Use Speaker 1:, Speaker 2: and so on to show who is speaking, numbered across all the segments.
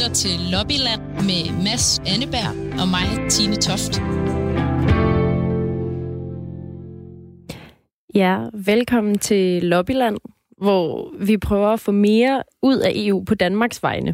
Speaker 1: til Lobbyland med Mads Anneberg og mig, Tine Toft.
Speaker 2: Ja, velkommen til Lobbyland, hvor vi prøver at få mere ud af EU på Danmarks vegne.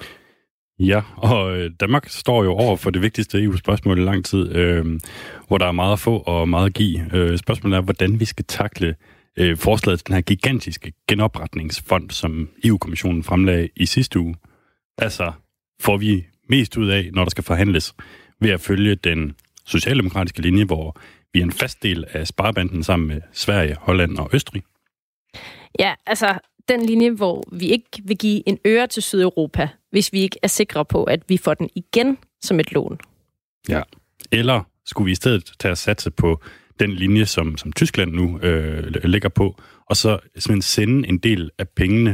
Speaker 3: Ja, og Danmark står jo over for det vigtigste EU-spørgsmål i lang tid, hvor der er meget at få og meget at give. Spørgsmålet er, hvordan vi skal takle forslaget til den her gigantiske genopretningsfond, som EU-kommissionen fremlagde i sidste uge. Altså, får vi mest ud af, når der skal forhandles, ved at følge den socialdemokratiske linje, hvor vi er en fast del af sparebanden sammen med Sverige, Holland og Østrig?
Speaker 2: Ja, altså den linje, hvor vi ikke vil give en øre til Sydeuropa, hvis vi ikke er sikre på, at vi får den igen som et lån.
Speaker 3: Ja, eller skulle vi i stedet tage at satse på den linje, som Tyskland nu ligger på, og så simpelthen sende en del af pengene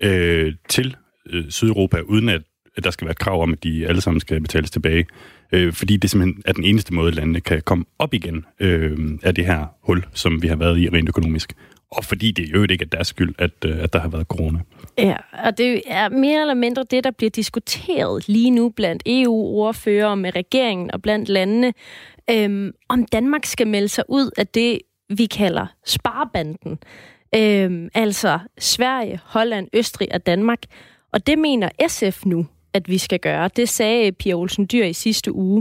Speaker 3: til Sydeuropa, uden at der skal være et krav om, at de alle sammen skal betales tilbage. Fordi det simpelthen er den eneste måde, landene kan komme op igen af det her hul, som vi har været i rent økonomisk. Og fordi det jo ikke er deres skyld, at der har været corona.
Speaker 2: Ja, og det er mere eller mindre det, der bliver diskuteret lige nu blandt EU-ordførere med regeringen og blandt landene, om Danmark skal melde sig ud af det, vi kalder sparebanden. Altså Sverige, Holland, Østrig og Danmark. Og det mener SF nu, at vi skal gøre. Det sagde Pia Olsen Dyhr i sidste uge.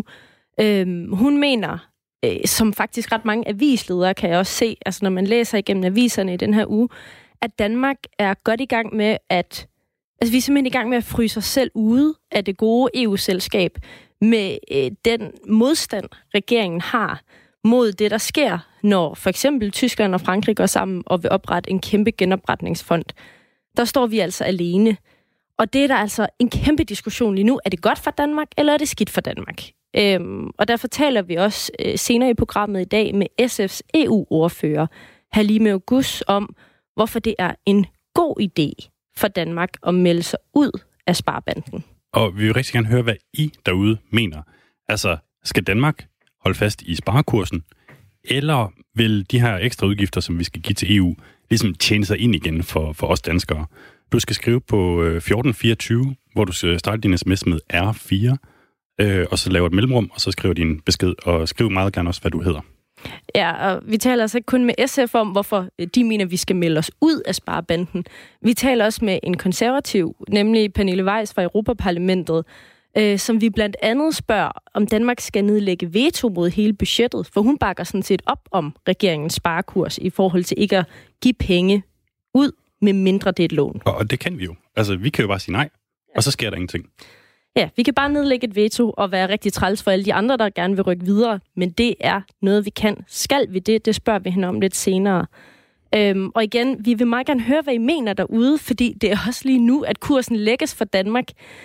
Speaker 2: Hun mener, som faktisk ret mange avisledere kan jeg også se, altså når man læser igennem aviserne i den her uge, at Danmark er godt i gang med at... Altså vi er simpelthen i gang med at fryse os selv ude af det gode EU-selskab med den modstand, regeringen har mod det, der sker, når for eksempel Tyskland og Frankrig går sammen og vil oprette en kæmpe genopretningsfond. Der står vi altså alene. Og det er der altså en kæmpe diskussion lige nu. Er det godt for Danmark, eller er det skidt for Danmark? Og derfor taler vi også senere i programmet i dag med SF's EU-ordfører, Halime Oguz, om, hvorfor det er en god idé for Danmark at melde sig ud af sparebanden. Og
Speaker 3: vi vil rigtig gerne høre, hvad I derude mener. Altså, skal Danmark holde fast i sparekursen, eller vil de her ekstra udgifter, som vi skal give til EU, ligesom tjene sig ind igen for os danskere? Du skal skrive på 1424, hvor du skal starte din sms med R4, og så laver et mellemrum, og så skriver din besked, og skriv meget gerne også, hvad du hedder.
Speaker 2: Ja, og vi taler altså ikke kun med SF om, hvorfor de mener, vi skal melde os ud af sparebanden. Vi taler også med en konservativ, nemlig Pernille Weiss fra Europaparlamentet, som vi blandt andet spørger, om Danmark skal nedlægge veto mod hele budgettet, for hun bakker sådan set op om regeringens sparekurs i forhold til ikke at give penge ud, med mindre det er et lån.
Speaker 3: Og det kan vi jo. Altså, vi kan jo bare sige nej, og så sker der ingenting.
Speaker 2: Ja, vi kan bare nedlægge et veto og være rigtig træls for alle de andre, der gerne vil rykke videre, men det er noget, vi kan. Skal vi det? Det spørger vi hende om lidt senere. Og igen, vi vil meget gerne høre, hvad I mener derude, fordi det er også lige nu, at kursen lægges for Danmark.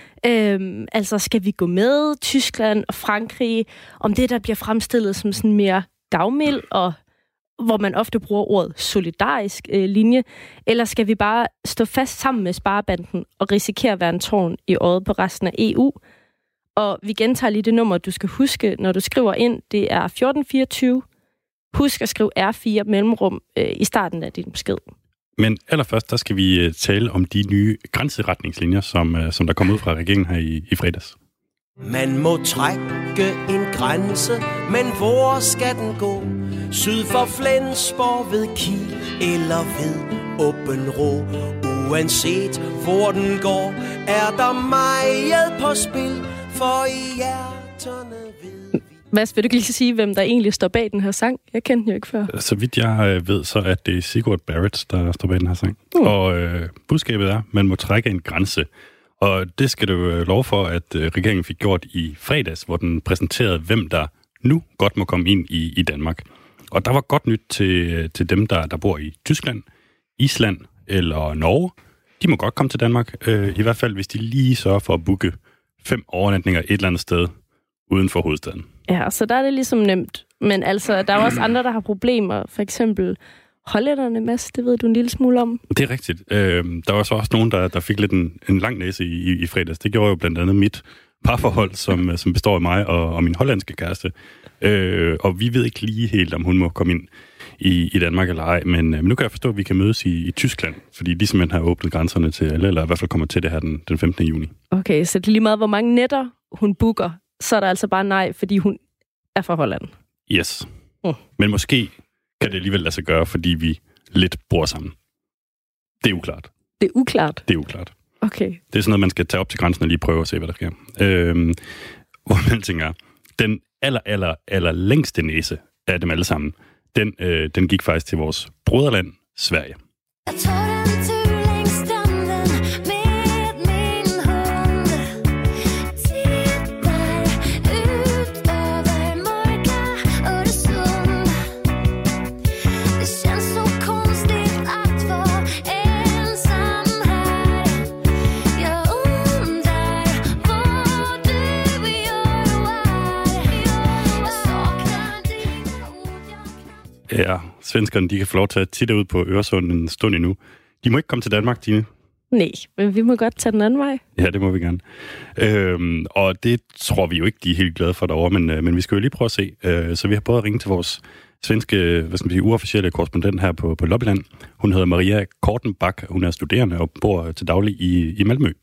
Speaker 2: Altså, skal vi gå med Tyskland og Frankrig, om det, der bliver fremstillet som sådan mere gavmild og hvor man ofte bruger ordet solidarisk linje, eller skal vi bare stå fast sammen med sparebanden og risikere at være en tårn i øjet på resten af EU? Og vi gentager lige det nummer, du skal huske, når du skriver ind. Det er 1424. Husk at skrive R4 mellemrum i starten af din besked.
Speaker 3: Men allerførst, der skal vi tale om de nye grænseretningslinjer, som der kom ud fra regeringen her i fredags.
Speaker 4: Man må trække en grænse, men hvor skal den gå? Syd for Flensborg ved Kiel eller ved Åbenrå. Uanset hvor den går, er der meget på spil, for i hjerterne ved vi.
Speaker 2: Mads, vil du lige sige, hvem der egentlig står bag den her sang? Jeg kendte den jo ikke før.
Speaker 3: Så vidt jeg ved, så er det Sigurd Barrett, der står bag den her sang. Og budskabet er, man må trække en grænse. Og det skal du lov for, at regeringen fik gjort i fredags, hvor den præsenterede, hvem der nu godt må komme ind i Danmark. Og der var godt nyt til dem, der bor i Tyskland, Island eller Norge. De må godt komme til Danmark, i hvert fald hvis de lige sørger for at booke 5 overnatninger et eller andet sted uden for hovedstaden. Ja,
Speaker 2: så der er det ligesom nemt. Men altså, der er også andre, der har problemer. For eksempel hollænderne, Mads, det ved du en lille smule om.
Speaker 3: Det er rigtigt. Der var så også nogen, der fik lidt en lang næse i fredags. Det gjorde jo blandt andet mit parforhold, som består af mig og min hollandske kæreste. Og vi ved ikke lige helt, om hun må komme ind i Danmark eller ej, men nu kan jeg forstå, at vi kan mødes i Tyskland, fordi de simpelthen har åbnet grænserne til alle, eller i hvert fald kommer til det her den 15. juni.
Speaker 2: Okay, så det er lige meget, hvor mange nætter hun booker, så er der altså bare nej, fordi hun er fra Holland.
Speaker 3: Yes. Men måske kan det alligevel lade sig gøre, fordi vi lidt bor sammen. Det er uklart.
Speaker 2: Det er uklart?
Speaker 3: Det er uklart.
Speaker 2: Okay.
Speaker 3: Det er sådan noget, man skal tage op til grænsen og lige prøve at se, hvad der sker. Hvor man tænker, den aller længste næse af dem alle sammen, den gik faktisk til vores broderland, Sverige. Ja, svenskerne, de kan få lov til at titte ud på Øresund en stund endnu. De må ikke komme til Danmark, Tine.
Speaker 2: Nej, men vi må godt tage den anden vej.
Speaker 3: Ja, det må vi gerne. Og det tror vi jo ikke, de er helt glade for derovre, men vi skal jo lige prøve at se. Så vi har prøvet at ringe til vores svenske, uofficielle korrespondent her på Lobbyland. Hun hedder Maria Kortenbach. Hun er studerende og bor til daglig i Malmø.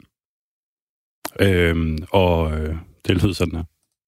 Speaker 3: Det lyder sådan her.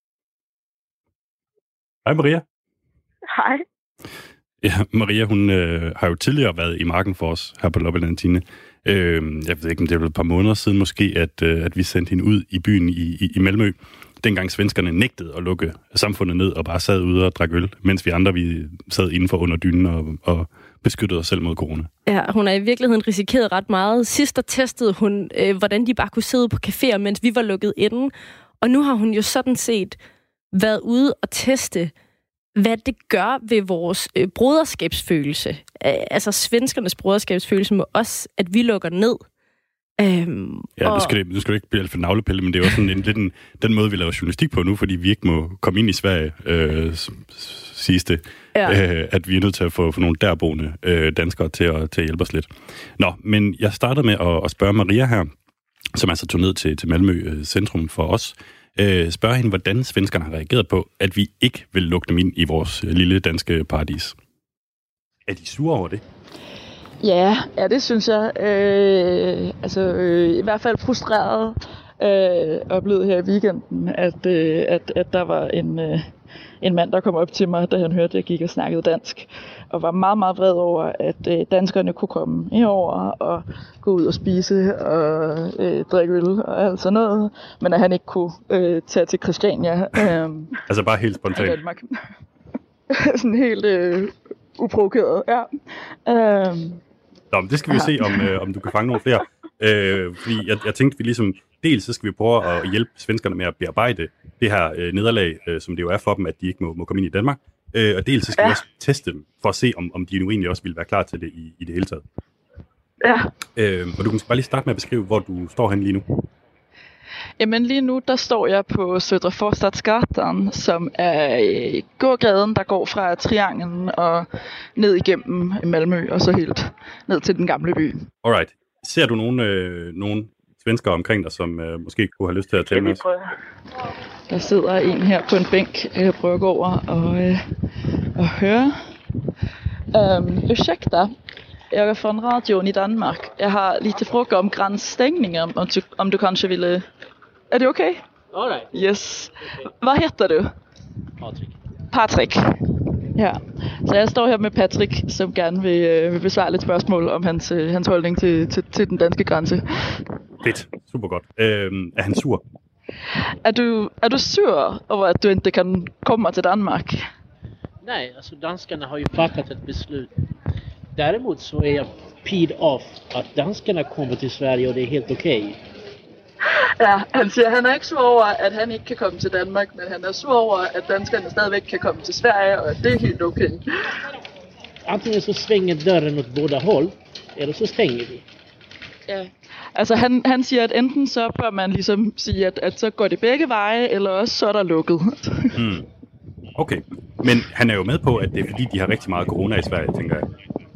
Speaker 3: Hej Maria.
Speaker 5: Hej.
Speaker 3: Ja, Maria, hun har jo tidligere været i marken for os her på Lobbyland, Tine. Jeg ved ikke, om det er et par måneder siden måske, at vi sendte hende ud i byen i Malmø. Dengang svenskerne nægtede at lukke samfundet ned og bare sad ude og drak øl, mens vi andre vi sad indenfor under dynen og beskyttede os selv mod corona. Ja,
Speaker 2: hun har i virkeligheden risikeret ret meget. Sidst der testede hun, hvordan de bare kunne sidde på caféer, mens vi var lukket inde. Og nu har hun jo sådan set været ude og teste, hvad det gør ved vores broderskabsfølelse. Altså svenskernes broderskabsfølelse med os, at vi lukker ned.
Speaker 3: Nu skal det ikke blive alt for navlepille, men det er også sådan den måde, vi laver journalistik på nu, fordi vi ikke må komme ind i Sverige, siges det, at vi er nødt til at få nogle derboende danskere til at hjælpe os lidt. Nå, men jeg startede med at spørge Maria her, som altså tog ned til Malmø centrum for os, spørge hende, hvordan svenskerne har reageret på, at vi ikke vil lukke dem ind i vores lille danske paradis. Er de sure over det?
Speaker 5: Ja, det synes jeg. I hvert fald frustreret oplevede her i weekenden, at der var en mand, der kom op til mig, da han hørte, at jeg gik og snakkede dansk, og var meget, meget vred over, at danskerne kunne komme herover og gå ud og spise og drikke øl og alt sådan noget, men at han ikke kunne tage til Christiania.
Speaker 3: Altså bare helt spontant?
Speaker 5: Danmark. Sådan helt uprovokeret, ja.
Speaker 3: Nå, men det skal vi se, om du kan fange nogle flere. Fordi jeg tænkte, vi ligesom, dels så skal vi prøve at hjælpe svenskerne med at bearbejde det her nederlag, som det jo er for dem, at de ikke må komme ind i Danmark. Og dels så skal vi også teste dem, for at se, om de nu egentlig også vil være klar til det i det hele taget.
Speaker 5: Ja.
Speaker 3: Og du kan bare lige starte med at beskrive, hvor du står henne lige nu.
Speaker 5: Jamen lige nu, der står jeg på Södra Forstadsgatan, som er gågaden, der går fra Trianglen og ned igennem Malmø, og så helt ned til den gamle by.
Speaker 3: Alright. Ser du nogen svenskere omkring dig, som måske kunne have lyst til at tale med os?
Speaker 5: Der sidder en her på en bænk, jeg prøver at gå over og høre. Ursäkta, jag är från radion i Danmark. Jag har lite frågor om gränsstängningen, om du kanske ville... Är det okay?
Speaker 6: All right.
Speaker 5: Yes. Hvad heter du? Patrick. Ja. Så jeg står her med Patrick, som gerne vil besvare lidt spørgsmål om hans holdning til den danske grænse.
Speaker 3: Fedt. Super godt. Er han sur?
Speaker 5: Er du sur over, at du inte kan komma till Danmark?
Speaker 6: Nej, alltså danskarna har ju fattat ett beslut. Däremot så är jag peed off att danskarna kommer till Sverige och det är helt okej.
Speaker 5: Ja, han siger, han er ikke sur over, at han ikke kan komme til Danmark, men han er sur over, at danskerne stadigvæk kan komme til Sverige, og det er helt okay.
Speaker 6: Antingen så svänger dörren åt båda håll, eller så stänger vi.
Speaker 5: Ja, altså han siger, at enten så bør man ligesom sige, at så går det begge veje, eller også så er der lukket.
Speaker 3: Okay, men han er jo med på, at det er fordi, de har rigtig meget corona i Sverige, tænker jeg.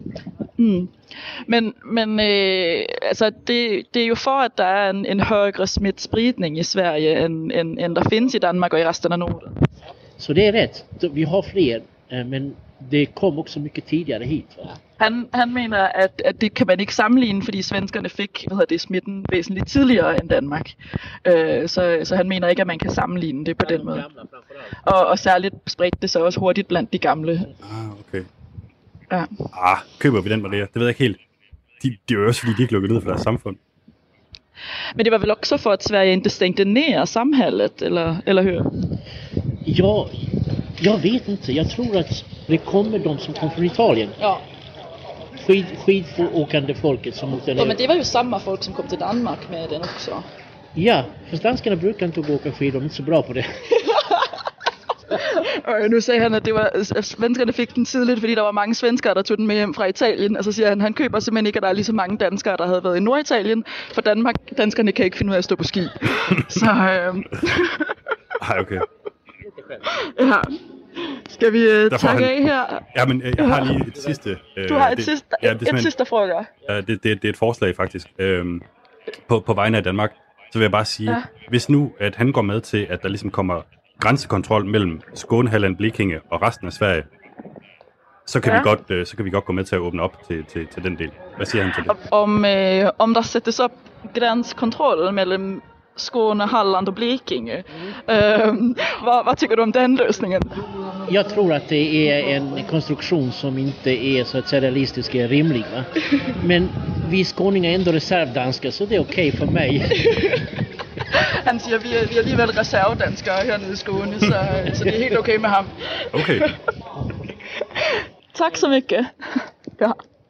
Speaker 5: Men altså det er jo for, at der er en højere smittspridning i Sverige, end der findes i Danmark og i resten af Norden.
Speaker 6: Så det är rätt. Vi har fler, men det kom också mycket tidigare hit. Va?
Speaker 5: Han mener, at det kan man ikke sammenligne, fordi svenskerne fik smitten væsentligt tidligere end Danmark. Så han mener ikke, at man kan sammenligne det på den måde. Og særligt spredte det så også hurtigt blandt de gamle.
Speaker 3: Okay.
Speaker 5: Ja.
Speaker 3: Køber vi den, Maria? Det ved jeg ikke helt. Det er jo også, fordi de ikke lukker ned for deres samfund.
Speaker 5: Men det var vel også for, at Sverige inte stängde ner samhället, eller hur?
Speaker 6: Ja, jag vet inte. Jag tror att det kommer de som kom från Italien.
Speaker 5: Ja.
Speaker 6: Skidåkande folket som åkte ner.
Speaker 5: Ja, men det var ju samma folk som kom till Danmark med den också.
Speaker 6: Ja, för danskarna brukar inte åka skidor, de är inte så bra på det.
Speaker 5: Og nu sagde han, at det var, svenskerne fik den tidligt, fordi der var mange svenskere, der tog den med hjem fra Italien. Og så siger han køber simpelthen ikke, at der er lige så mange danskere, der havde været i Norditalien. For danskerne kan ikke finde ud af at stå på ski. Så
Speaker 3: okay.
Speaker 5: Ja. Skal vi takke af her?
Speaker 3: Ja, men jeg har lige et sidste...
Speaker 5: Du har et sidste fråga.
Speaker 3: Det er et forslag, faktisk. På vegne af Danmark. Så vil jeg bare sige, hvis nu, at han går med til, at der ligesom kommer grænsekontrol mellem Skåne, Halland, Blekinge og resten af Sverige, så kan vi godt gå med til at åbne op til den del. Hvad siger han til det?
Speaker 5: Om der sættes op gränskontroll mellem Skåne, Halland och Blekinge. Vad tycker du om den lösningen?
Speaker 6: Jag tror att det är en konstruktion som inte är så att säga realistisk och rimlig. Va? Men vi skåningar är ändå reservdanskar, så det är okej för mig.
Speaker 5: Han siger, vi er alligevel reservedanskere hernede i Skåne, så det er helt okay med ham.
Speaker 3: Okay.
Speaker 5: Tak så mycket. Ja.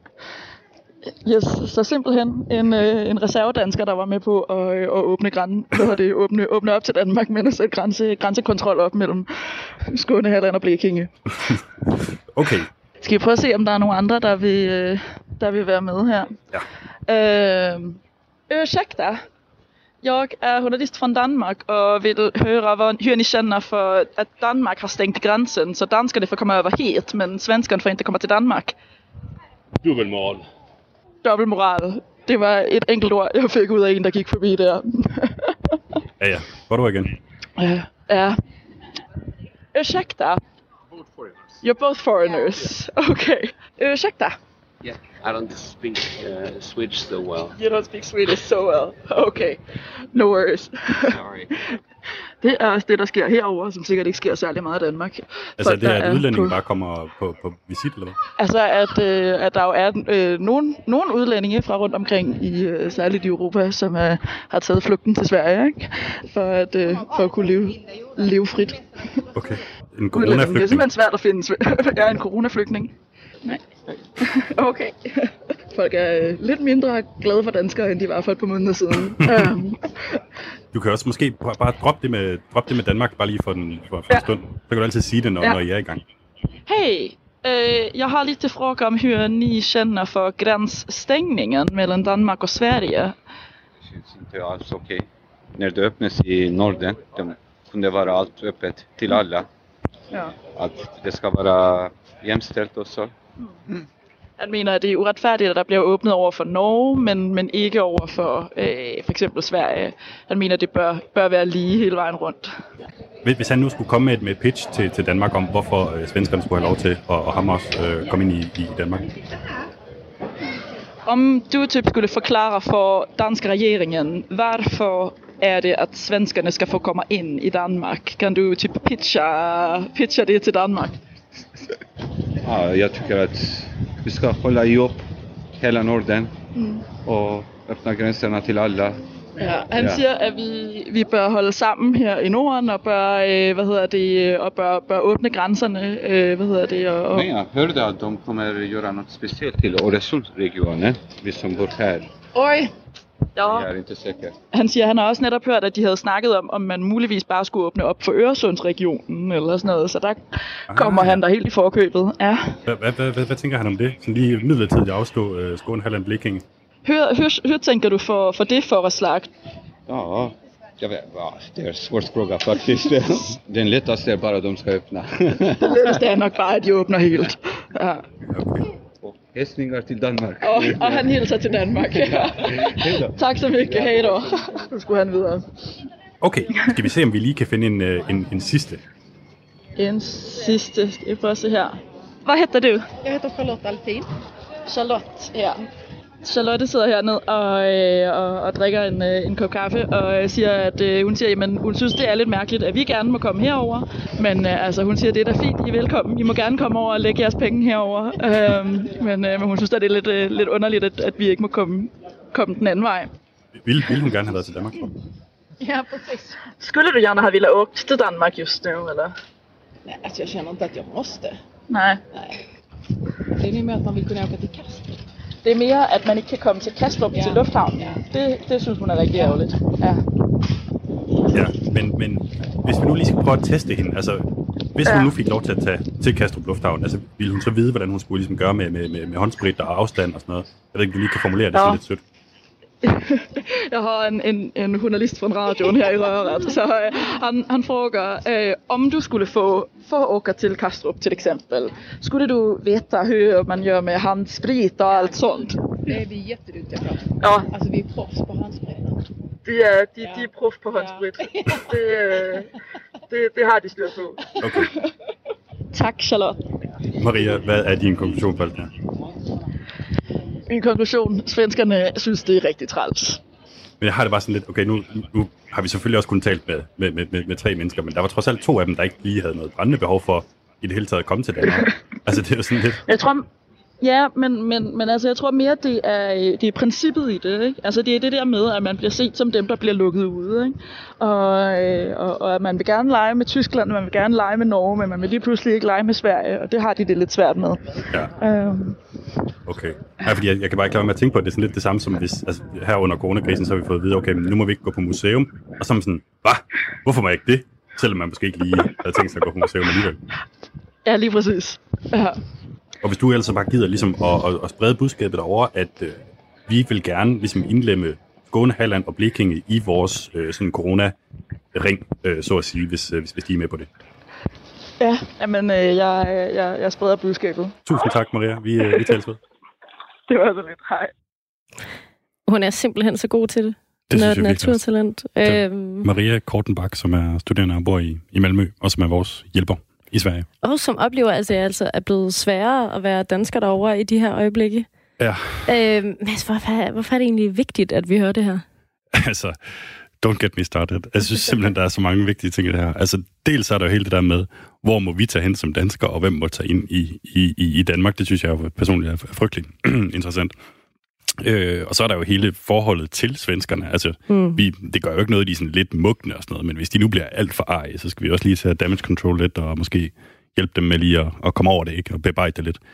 Speaker 5: Yes, så simpelthen en reservedansker, der var med på at åbne op til Danmark, men at sætte grænsekontrol op mellem Skåne, Halland og Blekinge.
Speaker 3: Okay.
Speaker 5: Skal vi prøve at se, om der er nogle andre, der vil være med her?
Speaker 3: Ja.
Speaker 5: Ursäkta. Jag är journalist från Danmark och vill höra hur ni känner för att Danmark har stängt gränsen, så danskarna får komma över hit, men svenskarna får inte komma till Danmark.
Speaker 6: Dubbelmoral.
Speaker 5: Dobbeltmoral. Det var et enkelt ord, jeg fik ud af en, der gik forbi der.
Speaker 3: Ja. Hvor er du igen?
Speaker 5: Ja. Ursäkta.
Speaker 7: Both foreigners.
Speaker 5: You're both foreigners. Okay. Ursäkta.
Speaker 7: Yeah, I don't speak Swedish so well.
Speaker 5: You don't speak Swedish so well. Okay. No worries.
Speaker 7: Sorry.
Speaker 5: Det er også det, der sker herover, som sikkert ikke sker særlig meget i Danmark.
Speaker 3: Altså det er, at udlændinge bare kommer på visit, eller hvad?
Speaker 5: Altså at der jo er nogle udlændinge fra rundt omkring, særligt i Europa, som har taget flugten til Sverige, ikke? For at kunne leve frit.
Speaker 3: Okay. En coronaflygtning.
Speaker 5: Det er simpelthen svært at finde. Jeg er en coronaflygtning. Nej. Okay. Folk er lidt mindre glade for danskere, end de var for et par måneder siden.
Speaker 3: Du kan også måske bare droppe det med Danmark, bare lige for en stund. Så kan du altid sige det, når I er i gang.
Speaker 5: Hej! Jag har lite fråga om hur ni känner för gränsstängningen mellan Danmark och Sverige.
Speaker 7: Det känns inte alls okej. När det öppnas i Norden, det kunde vara allt öppet till alla.
Speaker 5: Ja.
Speaker 7: Att det ska vara jämställt också.
Speaker 5: Han mener, at det er uretfærdigt, at der bliver åbnet over for Norge, men ikke over for eksempel Sverige. Han mener, at det bør være lige hele vejen rundt.
Speaker 3: Hvis han nu skulle komme med et pitch til Danmark om, hvorfor svenskerne skulle have lov til, og ham også komme ind i Danmark?
Speaker 5: Om du skulle forklare for danska regeringen, varför är det att svenskarna ska få komma in i Danmark? Kan du pitcha det till Danmark?
Speaker 7: Ja, jag tycker att vi ska hålla ihop hela Norden och öppna gränserna till alla.
Speaker 5: Ja, han siger, at vi bør holde sammen her i Norden og bør åbne grænserne, og
Speaker 7: Men jag hörde att de kommer göra något speciellt till Öresundsregionen, vi som bor här.
Speaker 5: Oj. Ja.
Speaker 7: Jeg er ikke sikker.
Speaker 5: Han siger, han har også netop hørt, at de havde snakket om man muligvis bare skulle åbne op for Øresundsregionen eller sådan noget, så der kommer han der helt i forkøbet. Ja.
Speaker 3: Hvad tænker han om det? Sådan lige midlertidigt afslå Skåne, Halland, Blekinge.
Speaker 5: Hur tänker du för det förslag?
Speaker 7: Ja, jag vet, det är en svår fråga faktiskt. Den lättaste är bara att de ska öppna.
Speaker 5: Det letteste er nok bare, at de åbner helt. Ja.
Speaker 7: Okay. Hälsningar till Danmark.
Speaker 5: Og han hilser til Danmark. Ja. Tak så mycket. Hej då. Nu skulle han videre.
Speaker 3: Okay, skal vi se, om vi lige kan finde en sidste?
Speaker 5: En sidste. Skal jeg prøve at se her. Vad heter du?
Speaker 8: Jag heter Charlotte Alpin.
Speaker 5: Charlotte, ja. Charlotte sidder hernede og drikker en kop kaffe og siger, at hun siger, jamen hun synes, det er lidt mærkeligt, at vi gerne må komme herover. Men altså, hun siger, det er da fint, I er velkommen. I må gerne komme over og lægge jeres penge herover. Men hun synes, at det er lidt underligt, at vi ikke må komme den anden vej.
Speaker 3: Vil hun gerne have været til Danmark?
Speaker 8: Ja, precis.
Speaker 5: Skulle du gärna ha velat åkt till Danmark just nu, eller?
Speaker 8: Nej, alltså jag känner inte att jag måste.
Speaker 5: Nej.
Speaker 8: Det är ju mer att man vill kunna åka till Kastrup.
Speaker 5: Det er mere, at man ikke kan komme til Kastrup til lufthavnen. Det synes hun er rigtig ærgerligt.
Speaker 3: Ja, men hvis vi nu lige skal prøve at teste hende, altså hvis hun nu fik lov til at tage til Kastrup Lufthavn, altså ville hun så vide, hvordan hun skulle ligesom gøre med håndsprit og afstand og sådan noget? Jeg ved ikke, du lige kan formulere det sådan lidt sødt.
Speaker 5: Jeg har en journalist från radion här i röret, så han frågar om du skulle få åka till Kastrup till exempel, skulle du veta hur man gör med handsprit och allt sånt?
Speaker 8: Det är vi jätteduktiga på.
Speaker 5: Ja.
Speaker 8: Alltså vi är proffs på handsprit.
Speaker 5: De är proffs på handsprit. Det har de styr på.
Speaker 3: Okay.
Speaker 5: Tak, Charlotte.
Speaker 3: Maria, hvad er din konklusion på alt det her?
Speaker 5: Min konklusion, svenskerne synes, det er rigtig træls.
Speaker 3: Men jeg har det bare sådan lidt, okay, nu har vi selvfølgelig også kun talt med 3 mennesker, men der var trods alt 2 af dem, der ikke lige havde noget brændende behov for i det hele taget at komme til Danmark. Altså det er jo sådan lidt...
Speaker 5: Jeg tror, ja, men altså, jeg tror mere, det er princippet i det, ikke? Altså det er det der med, at man bliver set som dem, der bliver lukket ude, ikke? Og at man vil gerne lege med Tyskland, man vil gerne lege med Norge, men man vil lige pludselig ikke lege med Sverige, og det har de det lidt svært med.
Speaker 3: Ja. Okay. Ja, fordi jeg kan bare ikke lade med at tænke på, at det er sådan lidt det samme som hvis, altså her under coronakrisen, så har vi fået at vide, okay, men nu må vi ikke gå på museum, og så sådan, hvad? Hvorfor må jeg ikke det? Selvom man måske ikke lige havde tænkt sig at gå på museum alligevel.
Speaker 5: Ja, lige præcis. Ja.
Speaker 3: Og hvis du ellers bare gider ligesom at sprede budskabet derovre, at vi vil gerne ligesom indlemme Skåne, Halland og Blekinge i vores sådan corona-ring, så at sige, hvis de er med på det.
Speaker 5: Ja, men jeg spreder budskabet.
Speaker 3: Tusind tak, Maria. Vi tales ved.
Speaker 5: Det var så lidt. Hej.
Speaker 2: Hun er simpelthen så god til det.
Speaker 3: Det synes jeg
Speaker 2: naturtalent.
Speaker 3: Maria Kortenbach, som er studerende og bor i Malmø, og som er vores hjælper i Sverige. Og
Speaker 2: som oplever, at det altså er blevet sværere at være dansker derovre i de her øjeblikke.
Speaker 3: Ja.
Speaker 2: Mads, hvorfor er det egentlig vigtigt, at vi hører det her?
Speaker 3: Altså, don't get me started. Jeg synes simpelthen, der er så mange vigtige ting i det her. Altså, dels er der jo hele det der med, hvor må vi tage hen som danskere, og hvem må tage ind i Danmark. Det synes jeg jo personligt er frygteligt interessant. Og så er der jo hele forholdet til svenskerne. Altså, det gør jo ikke noget, de er sådan lidt mugne og sådan noget, men hvis de nu bliver alt for arige, så skal vi også lige tage damage control lidt, og måske hjælpe dem med lige at komme over det, ikke? Og bearbejde det lidt.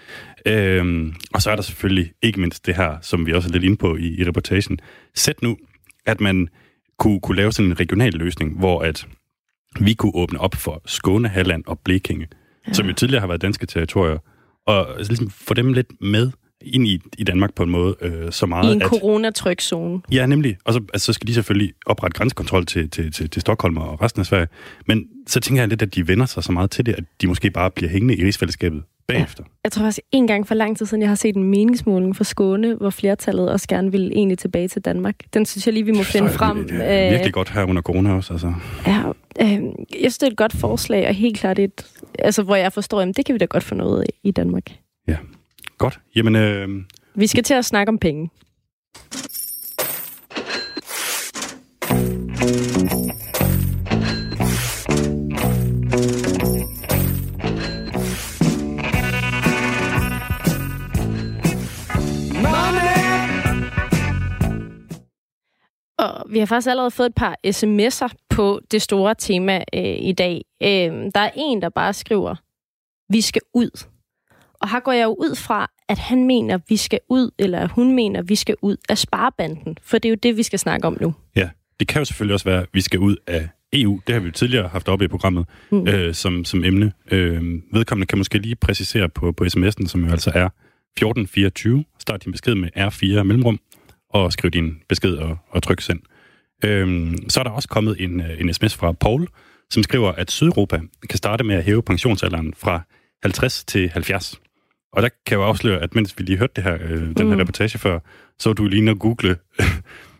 Speaker 3: Og så er der selvfølgelig ikke mindst det her, som vi også er lidt inde på i reportagen. Sæt nu, at man kunne lave sådan en regional løsning, hvor at vi kunne åbne op for Skåne, Halland og Blekinge, som jo tidligere har været danske territorier, og ligesom få dem lidt med ind i Danmark på en måde så meget,
Speaker 2: i en coronatrykzone.
Speaker 3: Ja, nemlig. Og så skal de selvfølgelig oprette grænsekontrol til Stockholm og resten af Sverige. Men så tænker jeg lidt, at de vender sig så meget til det, at de måske bare bliver hængende i rigsfællesskabet bagefter. Ja.
Speaker 2: Jeg tror faktisk en gang for lang tid siden, jeg har set en meningsmåling for Skåne, hvor flertallet også gerne ville egentlig tilbage til Danmark. Den synes jeg lige, vi må finde frem.
Speaker 3: Det er virkelig godt her under corona også. Altså.
Speaker 2: Ja, jeg synes, det er et godt forslag, og helt klart hvor jeg forstår, at det kan vi da godt få noget i Danmark.
Speaker 3: Ja. Godt. Jamen,
Speaker 2: vi skal til at snakke om penge. Og vi har faktisk allerede fået et par sms'er på det store tema i dag. Der er en, der bare skriver, vi skal ud. Og her går jeg jo ud fra, at han mener, vi skal ud, eller hun mener, vi skal ud af sparebanden. For det er jo det, vi skal snakke om nu.
Speaker 3: Ja, det kan jo selvfølgelig også være, at vi skal ud af EU. Det har vi jo tidligere haft oppe i programmet som emne. Vedkommende kan måske lige præcisere på sms'en, som jo altså er 1424. Start din besked med R4 mellemrum, og skriv din besked og tryk send. Så er der også kommet en sms fra Paul, som skriver, at Sydeuropa kan starte med at hæve pensionsalderen fra 50 til 70. Og der kan jeg jo afsløre, at mens vi lige hørte det her, den her reportage før, så du lige at google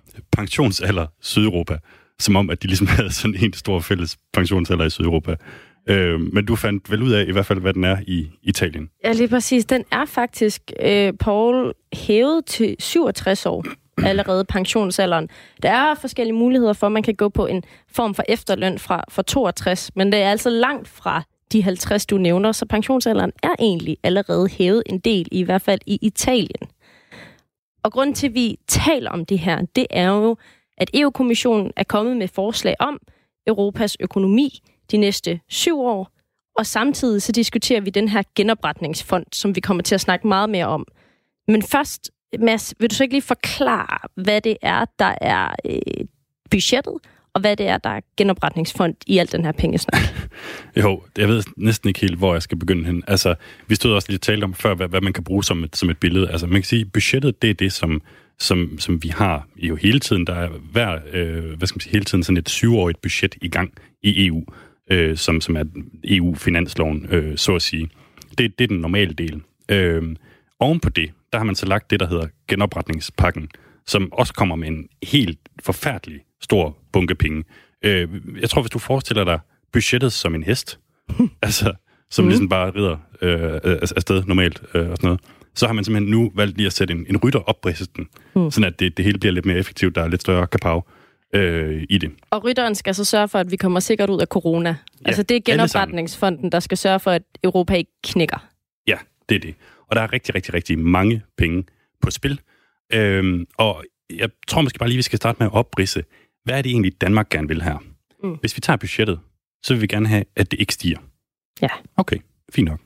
Speaker 3: pensionsalder Sydeuropa, som om, at de ligesom havde sådan en stor fælles pensionsalder i Sydeuropa. Men du fandt vel ud af i hvert fald, hvad den er i Italien.
Speaker 2: Ja, lige præcis. Den er faktisk, Paul, hævet til 67 år allerede, pensionsalderen. Der er forskellige muligheder for, at man kan gå på en form for efterløn fra 62, men det er altså langt fra de 50, du nævner, så pensionsalderen er egentlig allerede hævet en del, i hvert fald i Italien. Og grunden til, at vi taler om det her, det er jo, at EU-kommissionen er kommet med forslag om Europas økonomi de næste 7 år, og samtidig så diskuterer vi den her genopretningsfond, som vi kommer til at snakke meget mere om. Men først, Mads, vil du så ikke lige forklare, hvad det er, der er budgettet, og hvad det er, der er genopretningsfond i al den her pengesnak?
Speaker 3: Jo, jeg ved næsten ikke helt, hvor jeg skal begynde hen. Altså, vi stod også lige og talte om før, hvad man kan bruge som et billede. Altså, man kan sige, budgettet, det er det, som vi har jo hele tiden. Der er hele tiden sådan et 7-årigt budget i gang i EU, som er EU-finansloven, så at sige. Det er den normale del. Oven på det, der har man så lagt det, der hedder genopretningspakken, som også kommer med en helt forfærdelig stor bunke penge. Jeg tror, hvis du forestiller dig budgettet som en hest, altså, som ligesom bare rider afsted normalt og sådan noget, så har man simpelthen nu valgt lige at sætte en rytter op på hesten, sådan at det hele bliver lidt mere effektivt, der er lidt større kapav i det. Og
Speaker 2: rytteren skal så sørge for, at vi kommer sikkert ud af corona. Ja, altså det er genopretningsfonden, der skal sørge for, at Europa ikke knækker.
Speaker 3: Ja, det er det. Og der er rigtig, rigtig, rigtig mange penge på spil. Og jeg tror måske bare lige, vi skal starte med at opridse, hvad er det egentlig, Danmark gerne vil her? Hvis vi tager budgettet, så vil vi gerne have, at det ikke stiger.
Speaker 2: Ja.
Speaker 3: Okay, fint nok.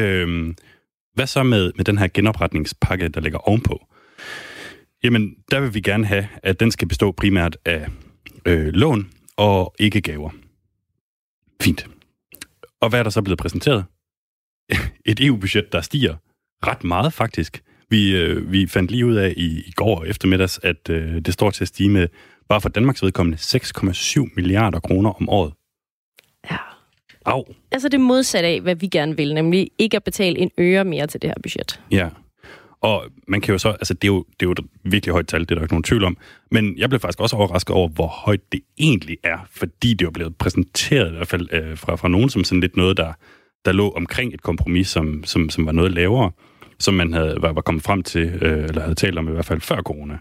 Speaker 3: Hvad så med den her genopretningspakke, der ligger ovenpå? Jamen, der vil vi gerne have, at den skal bestå primært af lån og ikke gaver. Fint. Og hvad er der så blevet præsenteret? Et EU-budget, der stiger ret meget faktisk. Vi fandt lige ud af i går eftermiddags, at det står til at stige med, bare for Danmarks vedkommende, 6,7 milliarder kroner om året.
Speaker 2: Ja.
Speaker 3: Au.
Speaker 2: Altså det modsatte af, hvad vi gerne vil, nemlig ikke at betale en øre mere til det her budget.
Speaker 3: Ja. Og man kan jo så, altså det er jo et virkelig højt tal, det er der ikke nogen tvivl om. Men jeg blev faktisk også overrasket over, hvor højt det egentlig er, fordi det er jo blevet præsenteret i hvert fald fra nogen som sådan lidt noget, der lå omkring et kompromis, som var noget lavere, som man var kommet frem til, eller havde talt om i hvert fald før corona.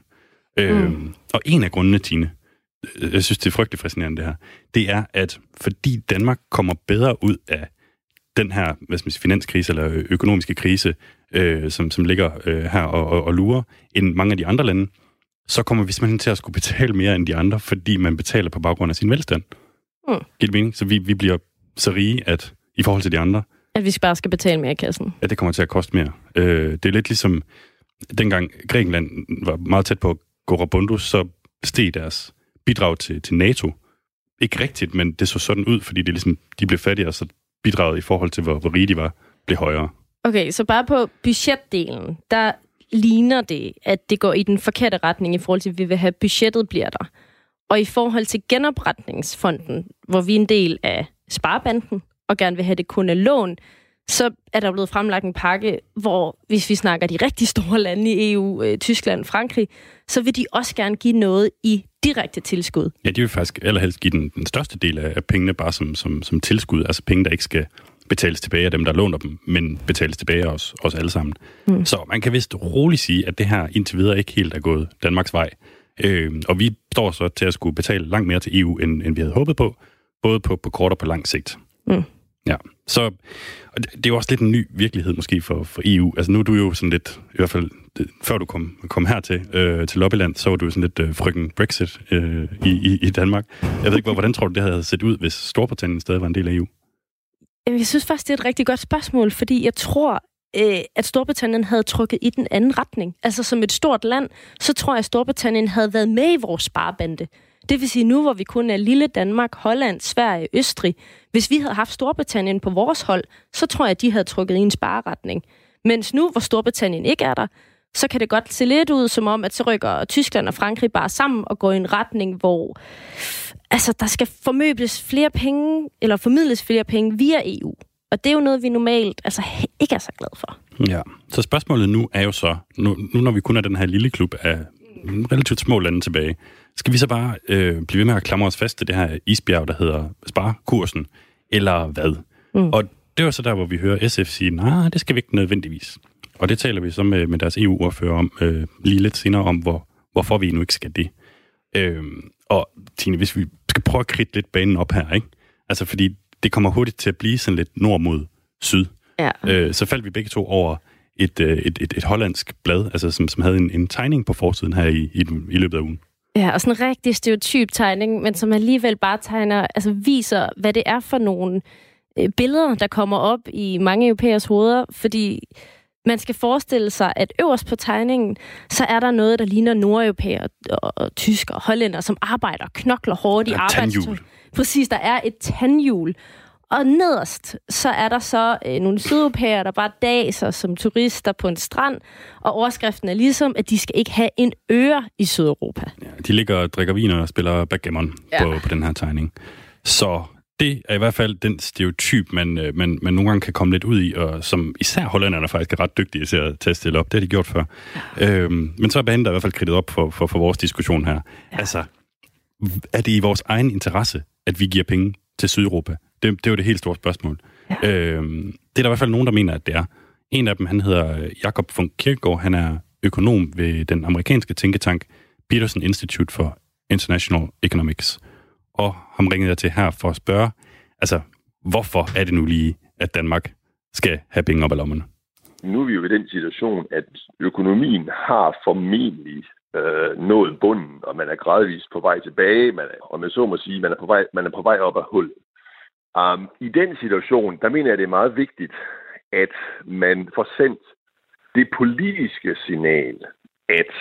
Speaker 3: Og en af grundene, Tine, jeg synes, det er frygtelig fascinerende det her, det er, at fordi Danmark kommer bedre ud af den her finanskrise eller økonomiske krise, som ligger her og lurer, end mange af de andre lande, så kommer vi simpelthen til at skulle betale mere end de andre, fordi man betaler på baggrund af sin velstand. Giver det mening? Så vi bliver så rige, at i forhold til de andre,
Speaker 2: at vi bare skal betale mere i kassen.
Speaker 3: Ja, det kommer til at koste mere. Det er lidt ligesom, dengang Grækenland var meget tæt på at gå rabundus, så steg deres bidrag til NATO. Ikke rigtigt, men det så sådan ud, fordi det ligesom, de blev fattigere, så bidraget i forhold til, hvor rige de var, blev højere.
Speaker 2: Okay, så bare på budgetdelen, der ligner det, at det går i den forkerte retning i forhold til, at vi vil have budgettet bliver der. Og i forhold til genopretningsfonden, hvor vi er en del af sparebanden, og gerne vil have det kun af lån, så er der blevet fremlagt en pakke, hvor hvis vi snakker de rigtig store lande i EU, Tyskland, Frankrig, så vil de også gerne give noget i direkte tilskud.
Speaker 3: Ja, de vil faktisk allerhelst give den største del af pengene bare som tilskud, altså penge, der ikke skal betales tilbage af dem, der låner dem, men betales tilbage af os alle sammen. Så man kan vist roligt sige, at det her indtil videre ikke helt er gået Danmarks vej. Og vi står så til at skulle betale langt mere til EU, end vi havde håbet på, både på kort og på lang sigt. Ja, så det er jo også lidt en ny virkelighed måske for EU. Altså nu er du jo sådan lidt, i hvert fald før du kom hertil til Lobbyland, så var du jo sådan lidt frygten Brexit i Danmark. Jeg ved ikke, hvordan tror du, det havde set ud, hvis Storbritannien stadig var en del af EU?
Speaker 2: Jeg synes faktisk, det er et rigtig godt spørgsmål, fordi jeg tror, at Storbritannien havde trukket i den anden retning. Altså som et stort land, så tror jeg, at Storbritannien havde været med i vores sparebande. Det vil sige, nu hvor vi kun er lille Danmark, Holland, Sverige, Østrig. Hvis vi havde haft Storbritannien på vores hold, så tror jeg, at de havde trukket i en spareretning. Mens nu, hvor Storbritannien ikke er der, så kan det godt se lidt ud som om, at så rykker Tyskland og Frankrig bare sammen og går i en retning, hvor der skal formidles flere penge via EU. Og det er jo noget, vi normalt ikke er så glade for.
Speaker 3: Ja, så spørgsmålet nu er jo så, nu når vi kun er den her lille klub af relativt små lande tilbage, skal vi så bare blive ved med at klamre os fast til det her isbjerg, der hedder sparekursen, eller hvad? Og det var så der, hvor vi hører SF sige, nej, det skal vi ikke nødvendigvis. Og det taler vi så med deres EU-ordfører om lige lidt senere om, hvorfor vi nu ikke skal det. Og Tine, hvis vi skal prøve at kridte lidt banen op her, ikke? Altså, fordi det kommer hurtigt til at blive sådan lidt nord mod syd. Ja. Så faldt vi begge to over et hollandsk blad, altså som havde en tegning på forsiden her i løbet af ugen.
Speaker 2: Ja, og sådan en rigtig stereotyp tegning, men som alligevel bare tegner, altså viser, hvad det er for nogle billeder, der kommer op i mange europæers hoveder, fordi man skal forestille sig, at øverst på tegningen, så er der noget, der ligner nordeuropæer og tyskere og hollændere, som arbejder og knokler hårdt i arbejdstøj. Præcis, der er et tandhjul. Og nederst, så er der så nogle sydeuropæere, der bare daser som turister på en strand, og overskriften er ligesom, at de skal ikke have en øre i Sydeuropa.
Speaker 3: Ja, de ligger og drikker vin og spiller backgammon på den her tegning. Så det er i hvert fald den stereotyp, man nogle gange kan komme lidt ud i, og som især hollænderne faktisk er ret dygtige til at stille op. Det har de gjort før. Ja. Men så er banen der i hvert fald kridtet op for vores diskussion her. Ja. Altså, er det i vores egen interesse, at vi giver penge til Sydeuropa? Det er jo det helt store spørgsmål. Ja. Det er der i hvert fald nogen, der mener, at det er. En af dem, han hedder Jakob von Kierkegaard. Han er økonom ved den amerikanske tænketank Peterson Institute for International Economics. Og ham ringede jeg til her for at spørge, altså, hvorfor er det nu lige, at Danmark skal have penge op af lommerne?
Speaker 9: Nu er vi jo i den situation, at økonomien har formentlig nået bunden, og man er gradvist på vej tilbage, og man så må sige, man er på vej op af hullet. I den situation, der mener jeg, det er meget vigtigt, at man får sendt det politiske signal, at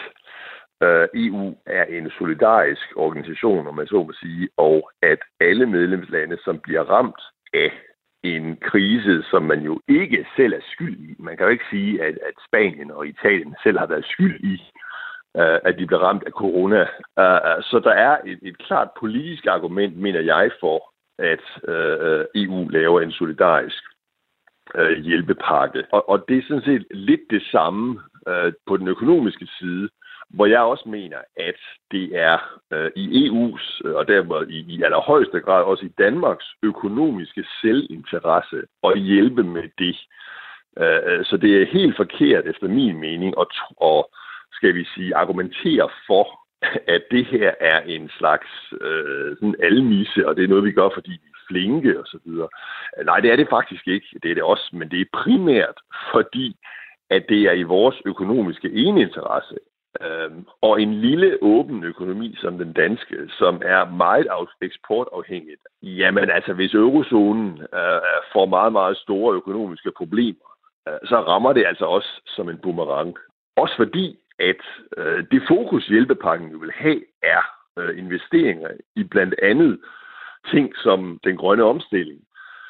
Speaker 9: EU er en solidarisk organisation, om man så må sige, og at alle medlemslande, som bliver ramt af en krise, som man jo ikke selv er skyld i. Man kan jo ikke sige, at Spanien og Italien selv har været skyld i, at de blev ramt af corona. Så der er et klart politisk argument, mener jeg, for at EU laver en solidarisk hjælpepakke. Og det er sådan set lidt det samme på den økonomiske side, hvor jeg også mener, at det er i EU's, og dermed i allerhøjeste grad også i Danmarks økonomiske selvinteresse at hjælpe med det. Så det er helt forkert efter min mening at skal vi sige, argumentere for, at det her er en slags sådan almisse, og det er noget, vi gør, fordi vi er flinke og så videre. Nej, det er det faktisk ikke. Det er det også, men det er primært fordi, at det er i vores økonomiske egeninteresse. Og en lille åben økonomi som den danske, som er meget eksportafhængigt, jamen altså hvis eurozonen får meget, meget store økonomiske problemer, så rammer det altså også som en boomerang. Også fordi, at det fokus hjælpepakken vi vil have, er investeringer i blandt andet ting som den grønne omstilling.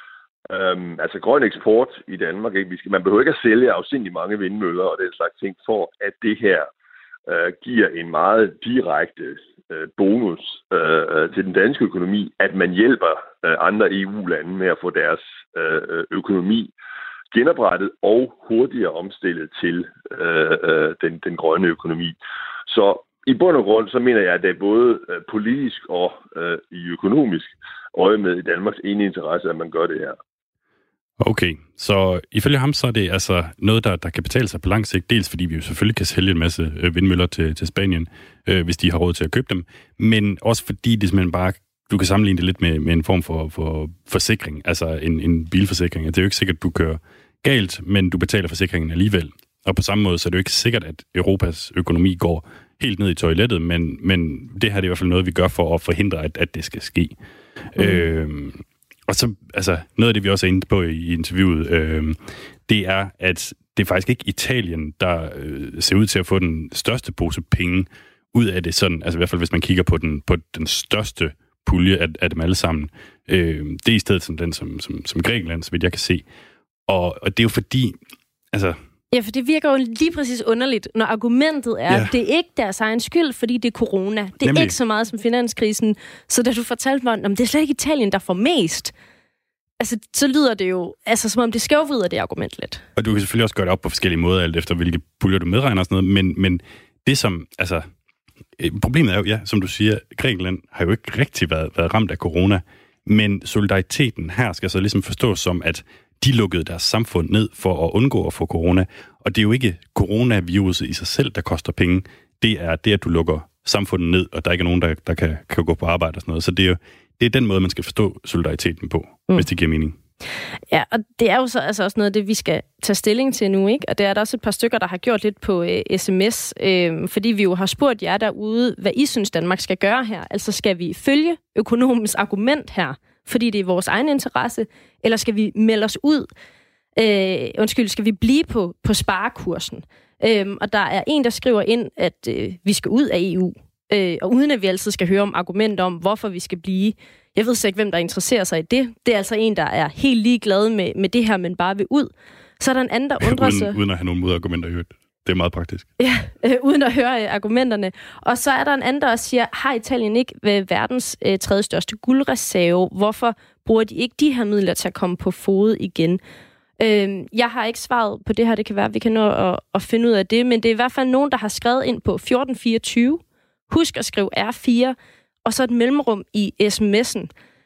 Speaker 9: Altså grøn eksport i Danmark. Ikke? Man behøver ikke at sælge afsindig mange vindmøller og den slags ting, for at det her giver en meget direkte bonus til den danske økonomi, at man hjælper andre EU-lande med at få deres økonomi genoprettet og hurtigere omstillet til den grønne økonomi. Så i bund og grund, så mener jeg, at det er både politisk og i økonomisk øje med i Danmarks ene interesse, at man gør det her.
Speaker 3: Okay, så ifølge ham, så er det altså noget, der kan betale sig på lang sigt. Dels fordi vi jo selvfølgelig kan sælge en masse vindmøller til Spanien, hvis de har råd til at købe dem. Men også fordi det simpelthen bare, du kan sammenligne det lidt med en form for forsikring, altså en bilforsikring. Det er jo ikke sikkert, at du kører galt, men du betaler forsikringen alligevel. Og på samme måde, så er det jo ikke sikkert, at Europas økonomi går helt ned i toilettet, men det her det er i hvert fald noget, vi gør for at forhindre, at det skal ske. Og så, altså, noget af det, vi også er inde på i interviewet, det er, at det er faktisk ikke Italien, der ser ud til at få den største pose penge ud af det sådan, altså i hvert fald hvis man kigger på den største pulje af dem alle sammen. Det er i stedet som den, som Grækenland, så vidt jeg kan se. Og det er jo fordi, altså...
Speaker 2: Ja, for det virker jo lige præcis underligt, når argumentet er, at det er ikke deres egen skyld, fordi det er corona. Det er ikke så meget som finanskrisen. Så da du fortalte mig, om det er slet ikke Italien, der får mest, altså, så lyder det jo, altså, som om det skævvrider det argument lidt. Og du kan selvfølgelig også gøre det op på forskellige måder, alt efter hvilke puljer du medregner og sådan noget, men det som, altså, problemet er jo, ja, som du siger, Grækenland har jo ikke rigtig været ramt af corona,
Speaker 3: Men solidariteten her skal så ligesom forstås som, at de lukkede deres samfund ned for at undgå at få corona. Og det er jo ikke coronaviruset i sig selv, der koster penge. Det er det, at du lukker samfundet ned, og der ikke er nogen, der kan gå på arbejde og sådan noget. Så det er den måde, man skal forstå solidariteten på, hvis det giver mening.
Speaker 2: Ja, og det er jo så altså også noget af det, vi skal tage stilling til nu, ikke? Og det er der også et par stykker, der har gjort lidt på sms, fordi vi jo har spurgt jer derude, hvad I synes, Danmark skal gøre her. Altså skal vi følge økonomens argument her, fordi det er vores egen interesse, eller skal vi melde os ud? Skal vi blive på sparekursen? Og der er en, der skriver ind, at vi skal ud af EU, og uden at vi altid skal høre om argumenter om, hvorfor vi skal blive. Jeg ved så ikke, hvem der interesserer sig i det. Det er altså en, der er helt ligeglad med det her, men bare vil ud. Så er der en anden, der undrer sig.
Speaker 3: Uden at have nogle modargumenter i øvrigt. Det er meget praktisk.
Speaker 2: Ja, uden at høre argumenterne. Og så er der en anden, der også siger, har Italien ikke verdens tredje største guldreserve? Hvorfor bruger de ikke de her midler til at komme på fod igen? Jeg har ikke svaret på det her. Det kan være, at vi kan nå at finde ud af det. Men det er i hvert fald nogen, der har skrevet ind på 1424. Husk at skrive R4, og så et mellemrum i sms'en,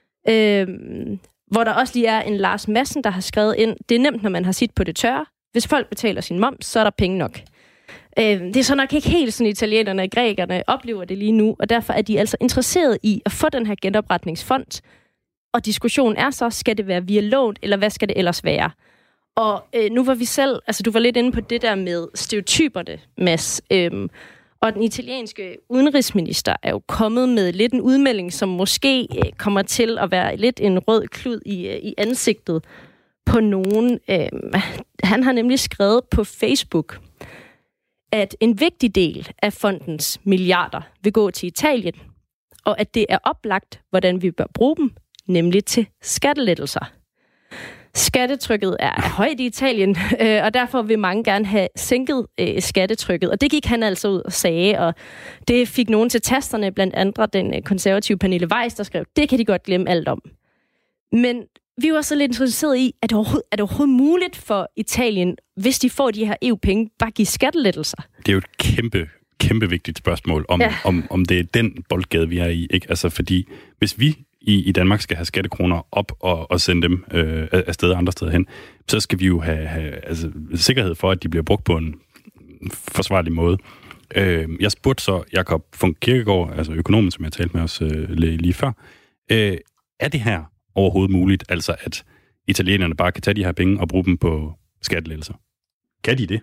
Speaker 2: hvor der også lige er en Lars Madsen, der har skrevet ind, det er nemt, når man har sit på det tørre. Hvis folk betaler sin moms, så er der penge nok. Det er så nok ikke helt sådan, italienerne og grækerne oplever det lige nu, og derfor er de altså interesseret i at få den her genopretningsfond. Og diskussionen er så, skal det være via lån, eller hvad skal det ellers være? Og nu var vi selv, altså du var lidt inde på det der med stereotyperne, Mads. Og den italienske udenrigsminister er jo kommet med lidt en udmelding, som måske kommer til at være lidt en rød klud i ansigtet på nogen. Han har nemlig skrevet på Facebook, at en vigtig del af fondens milliarder vil gå til Italien, og at det er oplagt, hvordan vi bør bruge dem, nemlig til skattelettelser. Skattetrykket er højt i Italien, og derfor vil mange gerne have sænket skattetrykket. Og det gik han altså ud og sagde, og det fik nogen til tasterne, blandt andre den konservative Pernille Weiss, der skrev, det kan de godt glemme alt om. Men vi var så lidt interesseret i, er det overhovedet muligt for Italien, hvis de får de her EU-penge, bare give skattelettelser?
Speaker 3: Det er jo et kæmpe vigtigt spørgsmål, om det er den boldgade, vi er i. Ikke? Altså, fordi hvis vi i Danmark skal have skattekroner op og sende dem afsted andre steder hen, så skal vi jo have sikkerhed for, at de bliver brugt på en forsvarlig måde. Jeg spurgte så Jakob von Kirkegaard, altså økonomen, som jeg talte med os lige før, er det her overhovedet muligt, altså at italienerne bare kan tage de her penge og bruge dem på skattelettelser? Kan de det?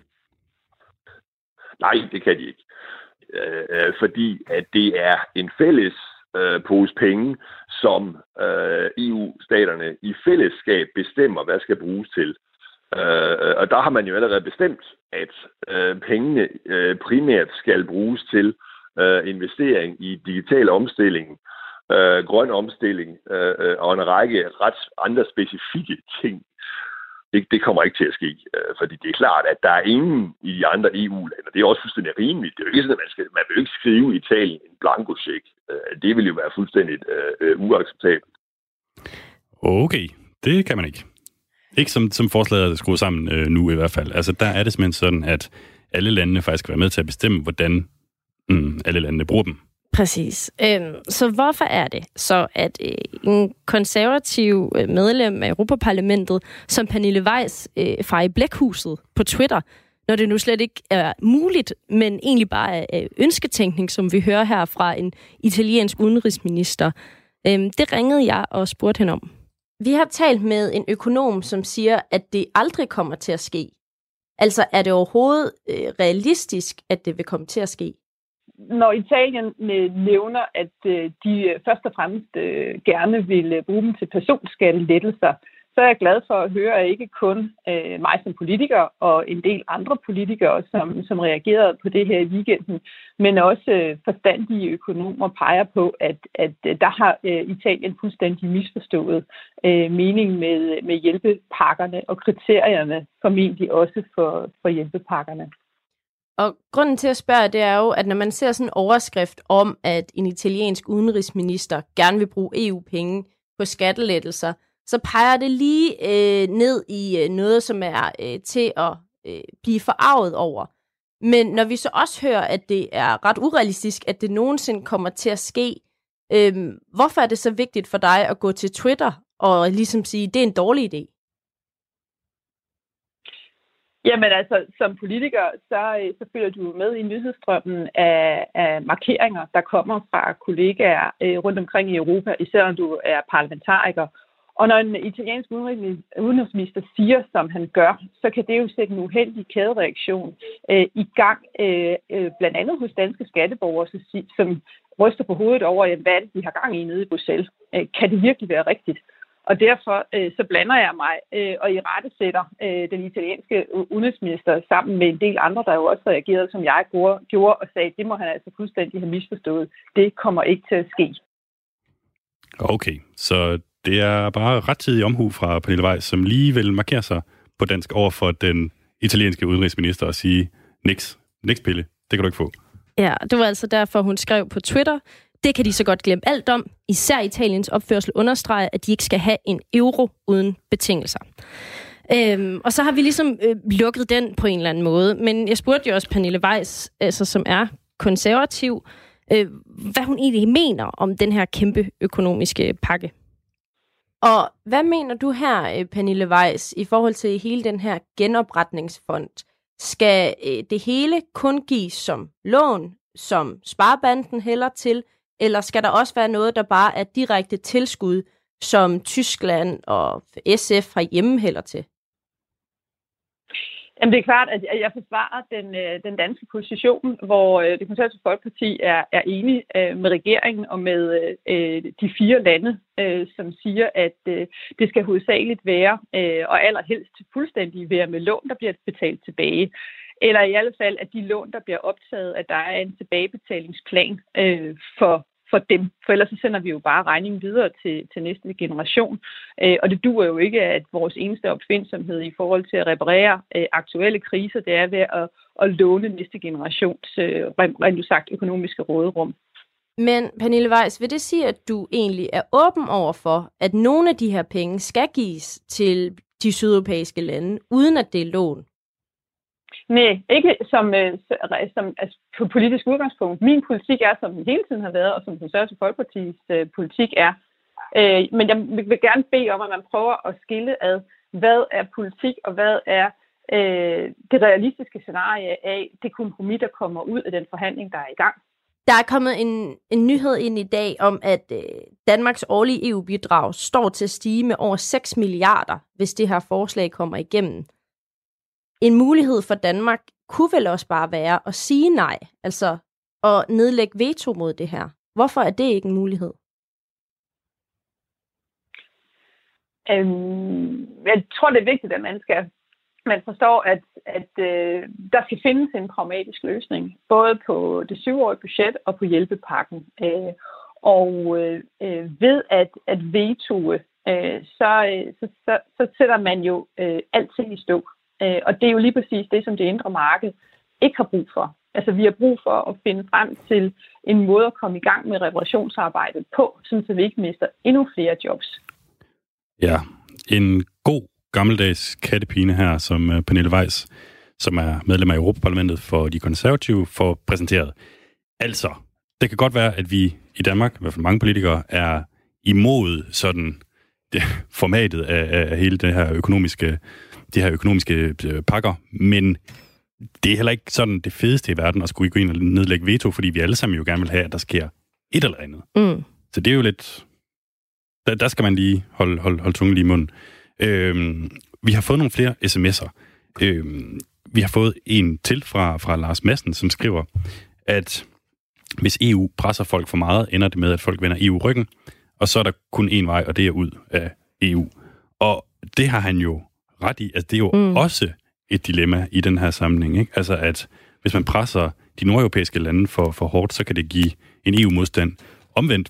Speaker 9: Nej, det kan de ikke. Fordi at det er en fælles pose penge, som EU-staterne i fællesskab bestemmer, hvad skal bruges til. Og der har man jo allerede bestemt, at pengene primært skal bruges til investering i digital omstilling, grøn omstilling og en række ret andre specifikke ting. Det kommer ikke til at ske, fordi det er klart, at der er ingen i de andre EU-lande. Det er også fuldstændig rimeligt. Det er jo ikke sådan, at man vil jo ikke skrive i Italien en blankocheck. Det vil jo være fuldstændig uacceptabelt.
Speaker 3: Okay, det kan man ikke. Ikke som forslaget er skruet sammen nu i hvert fald. Altså der er det simpelthen sådan, at alle landene faktisk skal være med til at bestemme, hvordan alle landene bruger dem.
Speaker 2: Præcis. Så hvorfor er det så, at en konservativ medlem af Europaparlamentet, som Pernille Weiss fra i Blækhuset på Twitter, når det nu slet ikke er muligt, men egentlig bare er ønsketænkning, som vi hører her fra en italiensk udenrigsminister, det ringede jeg og spurgte hende om. Vi har talt med en økonom, som siger, at det aldrig kommer til at ske. Altså, er det overhovedet realistisk, at det vil komme til at ske?
Speaker 10: Når Italien nævner, at de først og fremmest gerne vil bruge dem til personskattelettelser, så er jeg glad for at høre, at ikke kun mig som politiker og en del andre politikere, som reagerede på det her i weekenden, men også forstandige økonomer peger på, at der har Italien fuldstændig misforstået meningen med hjælpepakkerne og kriterierne formentlig også for hjælpepakkerne.
Speaker 2: Og grunden til at spørge, det er jo, at når man ser sådan en overskrift om, at en italiensk udenrigsminister gerne vil bruge EU-penge på skattelettelser, så peger det lige ned i noget, som er til at blive forarvet over. Men når vi så også hører, at det er ret urealistisk, at det nogensinde kommer til at ske, Hvorfor er det så vigtigt for dig at gå til Twitter og ligesom sige, det er en dårlig idé?
Speaker 10: Jamen altså, som politiker, så følger du med i nyhedsstrømmen af markeringer, der kommer fra kollegaer rundt omkring i Europa, især når du er parlamentariker. Og når en italiensk udenrigsminister siger, som han gør, så kan det jo sætte en uheldig kædereaktion i gang, blandt andet hos danske skatteborgere, som ryster på hovedet over, hvad er det, de har gang i nede i Bruxelles. Kan det virkelig være rigtigt? Og derfor så blander jeg mig og irettesætter den italienske udenrigsminister sammen med en del andre, der jo også reagerede, som jeg gjorde, og sagde, det må han altså fuldstændig have misforstået. Det kommer ikke til at ske.
Speaker 3: Okay, så det er bare rettidig omhu fra Pernille Weiss, som lige vil markere sig på dansk over for den italienske udenrigsminister og sige, niks pille, det kan du ikke få.
Speaker 2: Ja, det var altså derfor, hun skrev på Twitter, det kan de så godt glemme alt om. Især Italiens opførsel understreger, at de ikke skal have en euro uden betingelser. Og så har vi ligesom lukket den på en eller anden måde. Men jeg spurgte jo også Pernille Weiss, altså, som er konservativ, hvad hun egentlig mener om den her kæmpe økonomiske pakke. Og hvad mener du her, Pernille Weiss, i forhold til hele den her genopretningsfond? Skal det hele kun gives som lån, som Sparebanden hælder til, eller skal der også være noget, der bare er direkte tilskud, som Tyskland og SF har hjemmehælder til?
Speaker 10: Jamen, det er klart, at jeg forsvarer den danske position, hvor det konservative folkeparti er enige med regeringen og med de 4 lande, som siger, at det skal hovedsageligt være, og allerhelst fuldstændig være med lån, der bliver betalt tilbage. Eller i alle fald, at de lån, der bliver optaget, at der er en tilbagebetalingsplan for dem. For ellers så sender vi jo bare regningen videre til næste generation. Og det duer jo ikke, at vores eneste opfindsomhed i forhold til at reparere aktuelle kriser, det er ved at låne næste generations, rent du sagt, økonomiske råderum.
Speaker 2: Men Pernille Weiss, vil det sige, at du egentlig er åben over for, at nogle af de her penge skal gives til de sydeuropæiske lande, uden at det er lån?
Speaker 10: Nej, ikke som altså, på politisk udgangspunkt. Min politik er, som den hele tiden har været, og som Konservative Folkepartis politik er. Men jeg vil gerne bede om, at man prøver at skille ad, hvad er politik, og hvad er det realistiske scenarie af det kompromis, der kommer ud af den forhandling, der er i gang.
Speaker 2: Der er kommet en nyhed ind i dag om, at Danmarks årlige EU-bidrag står til at stige med over 6 milliarder, hvis det her forslag kommer igennem. En mulighed for Danmark kunne vel også bare være at sige nej, altså at nedlægge veto mod det her. Hvorfor er det ikke en mulighed?
Speaker 10: Jeg tror, det er vigtigt, at man forstår, at der skal findes en pragmatisk løsning, både på det 7-årige budget og på hjælpepakken. Ved at vetoe, så sætter man jo alting i stå. Og det er jo lige præcis det, som det indre marked ikke har brug for. Altså, vi har brug for at finde frem til en måde at komme i gang med reparationsarbejdet på, så vi ikke mister endnu flere jobs.
Speaker 3: Ja, en god gammeldags kattepine her, som Pernille Weiss, som er medlem af Europaparlamentet for de konservative, får præsenteret. Altså, det kan godt være, at vi i Danmark, i hvert fald mange politikere, er imod sådan det formatet af hele det her de her økonomiske pakker, men det er heller ikke sådan det fedeste i verden at skulle gå ind og nedlægge veto, fordi vi alle sammen jo gerne vil have, at der sker et eller andet. Mm. Så det er jo lidt... Der skal man lige holde tungen lige i munden. Vi har fået nogle flere sms'er. Vi har fået en til fra Lars Madsen, som skriver, at hvis EU presser folk for meget, ender det med, at folk vender EU ryggen, og så er der kun én vej, og det er ud af EU. Og det har han jo ret i. Altså, det er jo også et dilemma i den her sammenhæng, ikke? Altså, at hvis man presser de nordeuropæiske lande for hårdt, så kan det give en EU-modstand. Omvendt,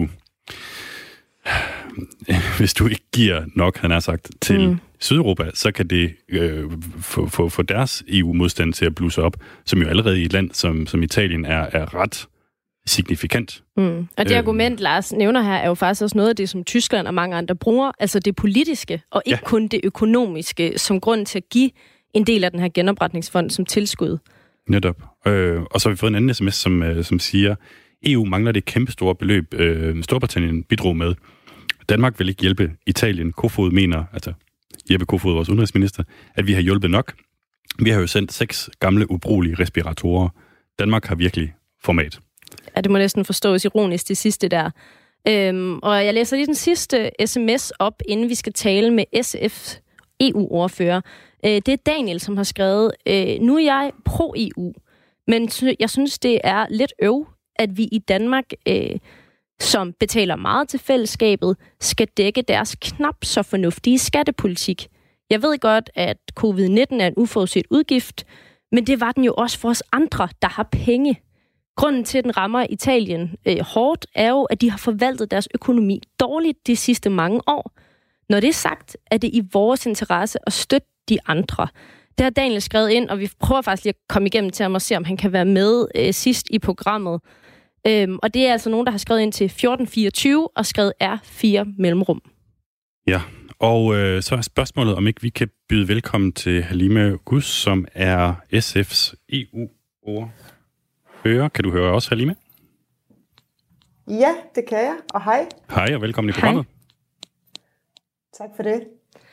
Speaker 3: hvis du ikke giver nok, han har sagt, til Sydeuropa, så kan det få deres EU-modstand til at blusse op, som jo allerede i et land som Italien er ret signifikant.
Speaker 2: Og det argument, Lars nævner her, er jo faktisk også noget af det, som Tyskland og mange andre bruger, altså det politiske, og ikke kun det økonomiske, som grund til at give en del af den her genopretningsfond som tilskud.
Speaker 3: Netop. Og så har vi fået en anden sms, som siger, EU mangler det kæmpestore beløb, Storbritannien bidrog med. Danmark vil ikke hjælpe Italien. Kofod mener, altså Jeppe Kofod, vores udenrigsminister, at vi har hjulpet nok. Vi har jo sendt 6 gamle, ubrugelige respiratorer. Danmark har virkelig format.
Speaker 2: Ja, det må næsten forstås ironisk, det sidste der. Og jeg læser lige den sidste sms op, inden vi skal tale med SF's EU-ordfører. Det er Daniel, som har skrevet, nu er jeg pro-EU, men jeg synes, det er lidt at vi i Danmark, som betaler meget til fællesskabet, skal dække deres knap så fornuftige skattepolitik. Jeg ved godt, at covid-19 er en uforudset udgift, men det var den jo også for os andre, der har penge. Grunden til, at den rammer Italien hårdt, er jo, at de har forvaltet deres økonomi dårligt de sidste mange år. Når det er sagt, er det i vores interesse at støtte de andre. Det har Daniel skrevet ind, og vi prøver faktisk lige at komme igennem til ham og se, om han kan være med sidst i programmet. Og det er altså nogen, der har skrevet ind til 1424 og skrevet R4 mellemrum. Ja,
Speaker 3: og så er spørgsmålet, om ikke vi kan byde velkommen til Halime Oguz, som er SF's EU-ordfører. Kan du høre også, Halime?
Speaker 11: Ja, det kan jeg, og hej.
Speaker 3: Hej, og velkommen i programmet.
Speaker 11: Tak for det.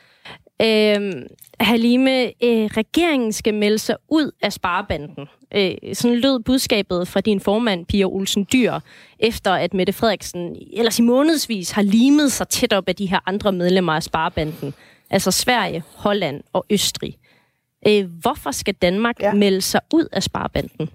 Speaker 2: Halime, regeringen skal melde sig ud af sparebanden. Sådan lød budskabet fra din formand, Pia Olsen Dyhr, efter at Mette Frederiksen ellers i månedsvis har limet sig tæt op af de her andre medlemmer af sparebanden. Altså Sverige, Holland og Østrig. Hvorfor skal Danmark melde sig ud af sparebanden?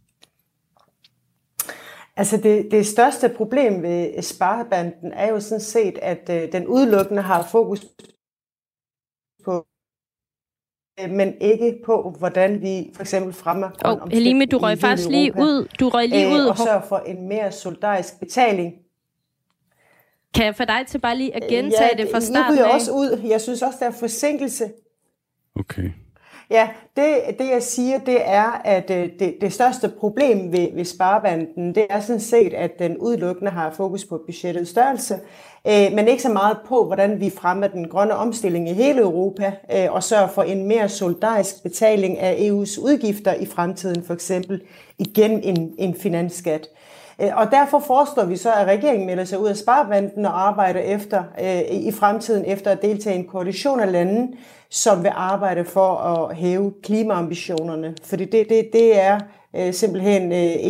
Speaker 11: Altså det største problem ved sparebanden er jo sådan set, at den udelukkende har fokus på, men ikke på, hvordan vi for eksempel fremmer
Speaker 2: Halime, du røg faktisk lige ud. Du røg lige ud.
Speaker 11: Og sørge for en mere solidarisk betaling.
Speaker 2: Kan jeg få dig til bare lige at gentage det fra starten af?
Speaker 11: Jeg ryger også ud. Jeg synes også, der er forsinkelse.
Speaker 3: Okay.
Speaker 11: Ja, det jeg siger, det er, at det største problem ved sparebanden, det er sådan set, at den udelukkende har fokus på budgettets størrelse, men ikke så meget på, hvordan vi fremmer den grønne omstilling i hele Europa, og sørger for en mere solidarisk betaling af EU's udgifter i fremtiden, for eksempel igen en finansskat. Og derfor foreslår vi så, at regeringen melder sig ud af sparebanden og arbejder i fremtiden efter at deltage i en koalition af lande, som vil arbejde for at hæve klimaambitionerne. Fordi det er simpelthen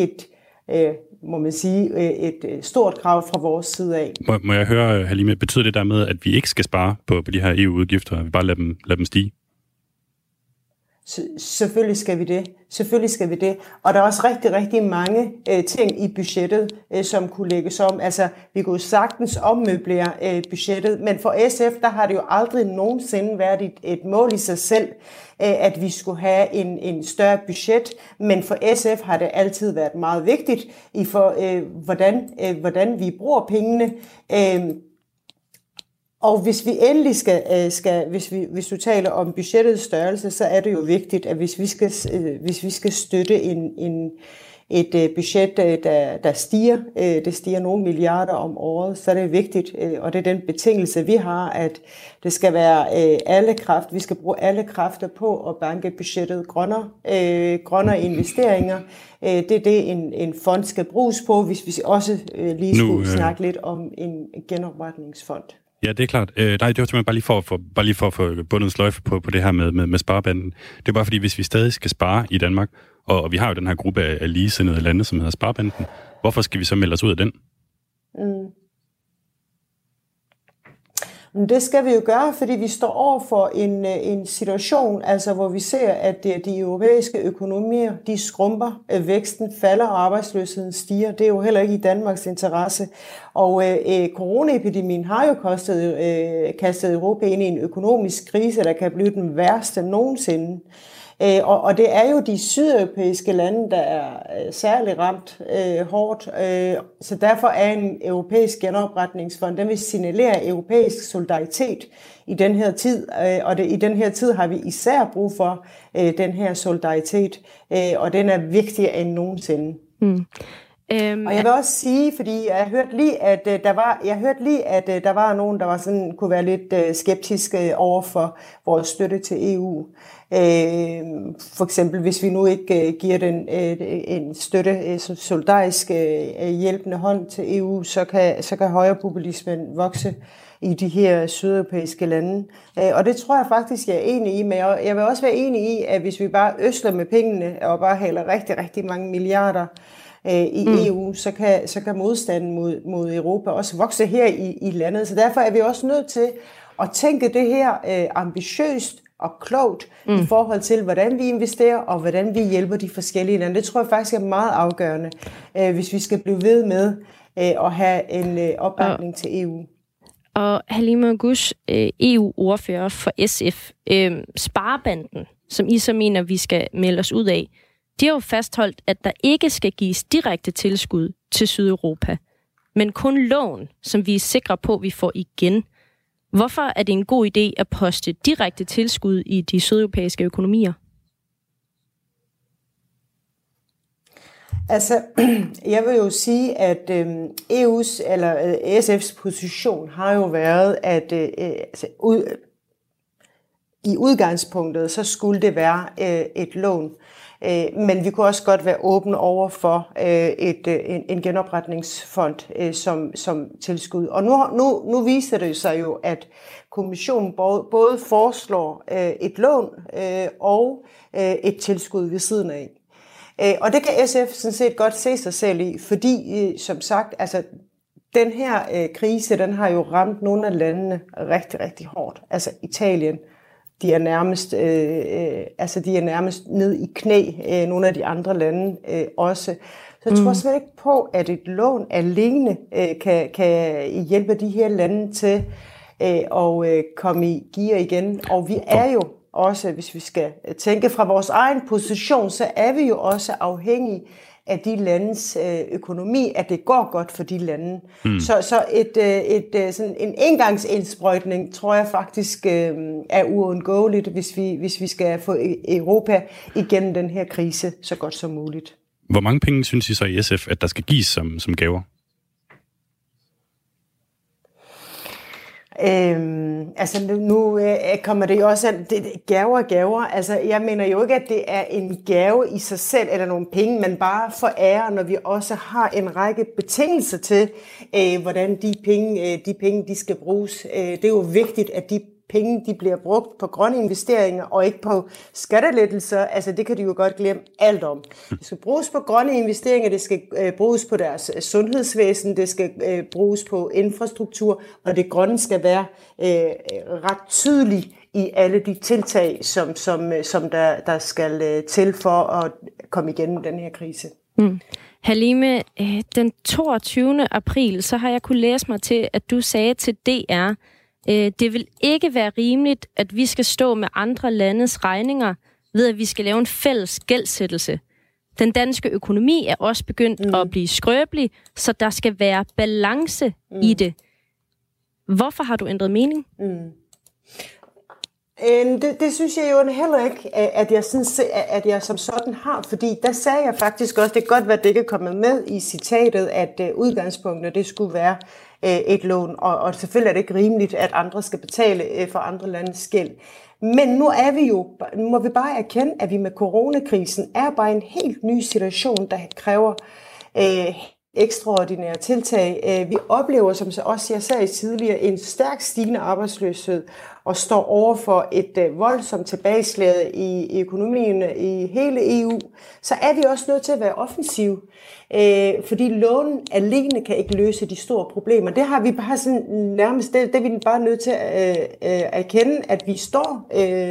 Speaker 11: et stort krav fra vores side af.
Speaker 3: Må jeg høre, Halime, betyder det der med, at vi ikke skal spare på de her EU-udgifter, og vi bare lader dem stige?
Speaker 11: Selvfølgelig skal vi det. Og der er også rigtig, rigtig mange ting i budgettet, som kunne lægges om. Altså, vi kunne sagtens ommøblere budgettet, men for SF, der har det jo aldrig nogensinde været et mål i sig selv, at vi skulle have en større budget. Men for SF har det altid været meget vigtigt, hvordan vi bruger pengene. Og hvis vi endelig hvis du taler om budgettets størrelse, så er det jo vigtigt, at hvis vi skal støtte et budget, der stiger, det stiger nogle milliarder om året, så er det vigtigt, og det er den betingelse, vi har, at det skal være vi skal bruge alle kræfter på at banke budgettet grønnere investeringer. Det er det, en fond skal bruges på, hvis vi også lige skulle snakke lidt om en genopretningsfond.
Speaker 3: Ja, det er klart. Nej, det var simpelthen bare lige for at få bundet en sløjfe på det her med sparebanden. Det er bare fordi, hvis vi stadig skal spare i Danmark, og vi har jo den her gruppe af ligesindede lande, som hedder sparebanden, hvorfor skal vi så melde os ud af den?
Speaker 11: Det skal vi jo gøre, fordi vi står over for en situation, altså hvor vi ser, at de europæiske økonomier, de skrumper, væksten falder og arbejdsløsheden stiger. Det er jo heller ikke i Danmarks interesse. Og coronaepidemien har jo kastet Europa ind i en økonomisk krise, der kan blive den værste nogensinde. Og det er jo de sydeuropæiske lande, der er særligt ramt hårdt. Så derfor er en europæisk genopretningsfond, den vil signalere europæisk solidaritet i den her tid. Og i den her tid har vi især brug for den her solidaritet, og den er vigtigere end nogensinde. Og jeg vil også sige, fordi jeg hørte lige, at der var nogen, der var sådan, kunne være lidt skeptiske over for vores støtte til EU. For eksempel, hvis vi nu ikke giver den en støtte, solidarisk hjælpende hånd til EU, så kan højrepopulismen vokse i de her sydeuropæiske lande. Og det tror jeg faktisk, jeg er enig i, men jeg vil også være enig i, at hvis vi bare øsler med pengene og bare hælder rigtig, rigtig mange milliarder i EU, så kan modstanden mod Europa også vokse her i landet. Så derfor er vi også nødt til at tænke det her ambitiøst og klogt i forhold til, hvordan vi investerer og hvordan vi hjælper de forskellige lande. Det tror jeg faktisk er meget afgørende, hvis vi skal blive ved med at have en opbakning til EU.
Speaker 2: Og Halime Oguz, EU-ordfører for SF, Sparebanden, som I så mener, vi skal melde os ud af, de har jo fastholdt, at der ikke skal gives direkte tilskud til Sydeuropa, men kun lån, som vi er sikre på, vi får igen. Hvorfor er det en god idé at poste direkte tilskud i de sydeuropæiske økonomier?
Speaker 11: Altså, jeg vil jo sige, at EU's eller SF's position har jo været, at i udgangspunktet, så skulle det være et lån. Men vi kunne også godt være åbne over for en genopretningsfond som tilskud. Og nu viser det sig jo, at kommissionen både foreslår et lån og et tilskud ved siden af. Og det kan SF sådan set godt se sig selv i, fordi som sagt, altså den her krise, den har jo ramt nogle af landene rigtig, rigtig hårdt. Altså Italien, de er nærmest ned i knæ, nogle af de andre lande også. Så jeg tror slet ikke på, at et lån alene kan hjælpe de her lande til at komme i gear igen. Og vi er jo også, hvis vi skal tænke fra vores egen position, så er vi jo også afhængige af de landes økonomi, at det går godt for de lande. Så sådan en engangsindsprøjtning, tror jeg faktisk er uundgåeligt, hvis vi skal få Europa igennem den her krise så godt som muligt.
Speaker 3: Hvor mange penge synes I så i SF, at der skal gives som gaver?
Speaker 11: Altså nu kommer det jo også gaver. Altså jeg mener jo ikke, at det er en gave i sig selv, eller nogle penge, man bare forærer, når vi også har en række betingelser til, hvordan de penge de skal bruges. Det er jo vigtigt, at de penge de bliver brugt på grønne investeringer og ikke på skattelettelser. Altså det kan de jo godt glemme alt om. Det skal bruges på grønne investeringer, det skal bruges på deres sundhedsvæsen, det skal bruges på infrastruktur, og det grønne skal være ret tydeligt i alle de tiltag, som der skal til for at komme igennem den her krise.
Speaker 2: Halime, den 22. april, så har jeg kunne læse mig til, at du sagde til DR, det vil ikke være rimeligt, at vi skal stå med andre landes regninger ved, at vi skal lave en fælles gældsættelse. Den danske økonomi er også begyndt at blive skrøbelig, så der skal være balance i det. Hvorfor har du ændret mening?
Speaker 11: Det synes jeg jo heller ikke, at jeg som sådan har, fordi der sagde jeg faktisk også, det kan godt være, at det ikke er kommet med i citatet, at udgangspunktet det skulle være et lån, og selvfølgelig er det ikke rimeligt, at andre skal betale for andre landes gæld. Men nu må vi bare erkende, at vi med coronakrisen er bare en helt ny situation, der kræver ekstraordinære tiltag. Vi oplever, som også jeg sagde tidligere, en stærk stigende arbejdsløshed og står over for et voldsomt tilbageslag i økonomien i hele EU, så er vi også nødt til at være offensive. Fordi lån alene kan ikke løse de store problemer. Det har vi bare sådan nærmest, det er vi bare nødt til at erkende, at vi står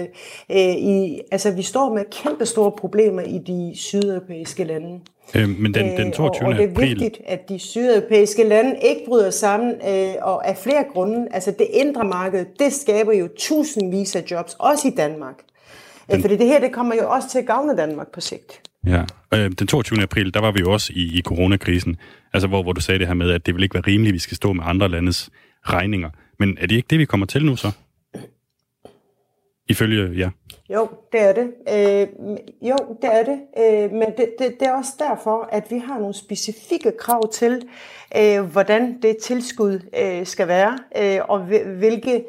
Speaker 11: vi står med kæmpe store problemer i de sydeuropæiske lande.
Speaker 3: Men den 22.
Speaker 11: og det er
Speaker 3: april...
Speaker 11: vigtigt, at de sydeuropæiske lande ikke bryder sammen, og af flere grunde. Altså det indre marked, det skaber jo tusindvis af jobs, også i Danmark. Fordi det her, det kommer jo også til at gavne Danmark på sigt.
Speaker 3: Ja, den 22. april, der var vi jo også i coronakrisen, altså hvor du sagde det her med, at det vil ikke være rimeligt, at vi skal stå med andre landes regninger. Men er det ikke det, vi kommer til nu så? Ifølge jer?
Speaker 11: Jo, det er det. Men det er også derfor, at vi har nogle specifikke krav til, hvordan det tilskud skal være, og hvilke,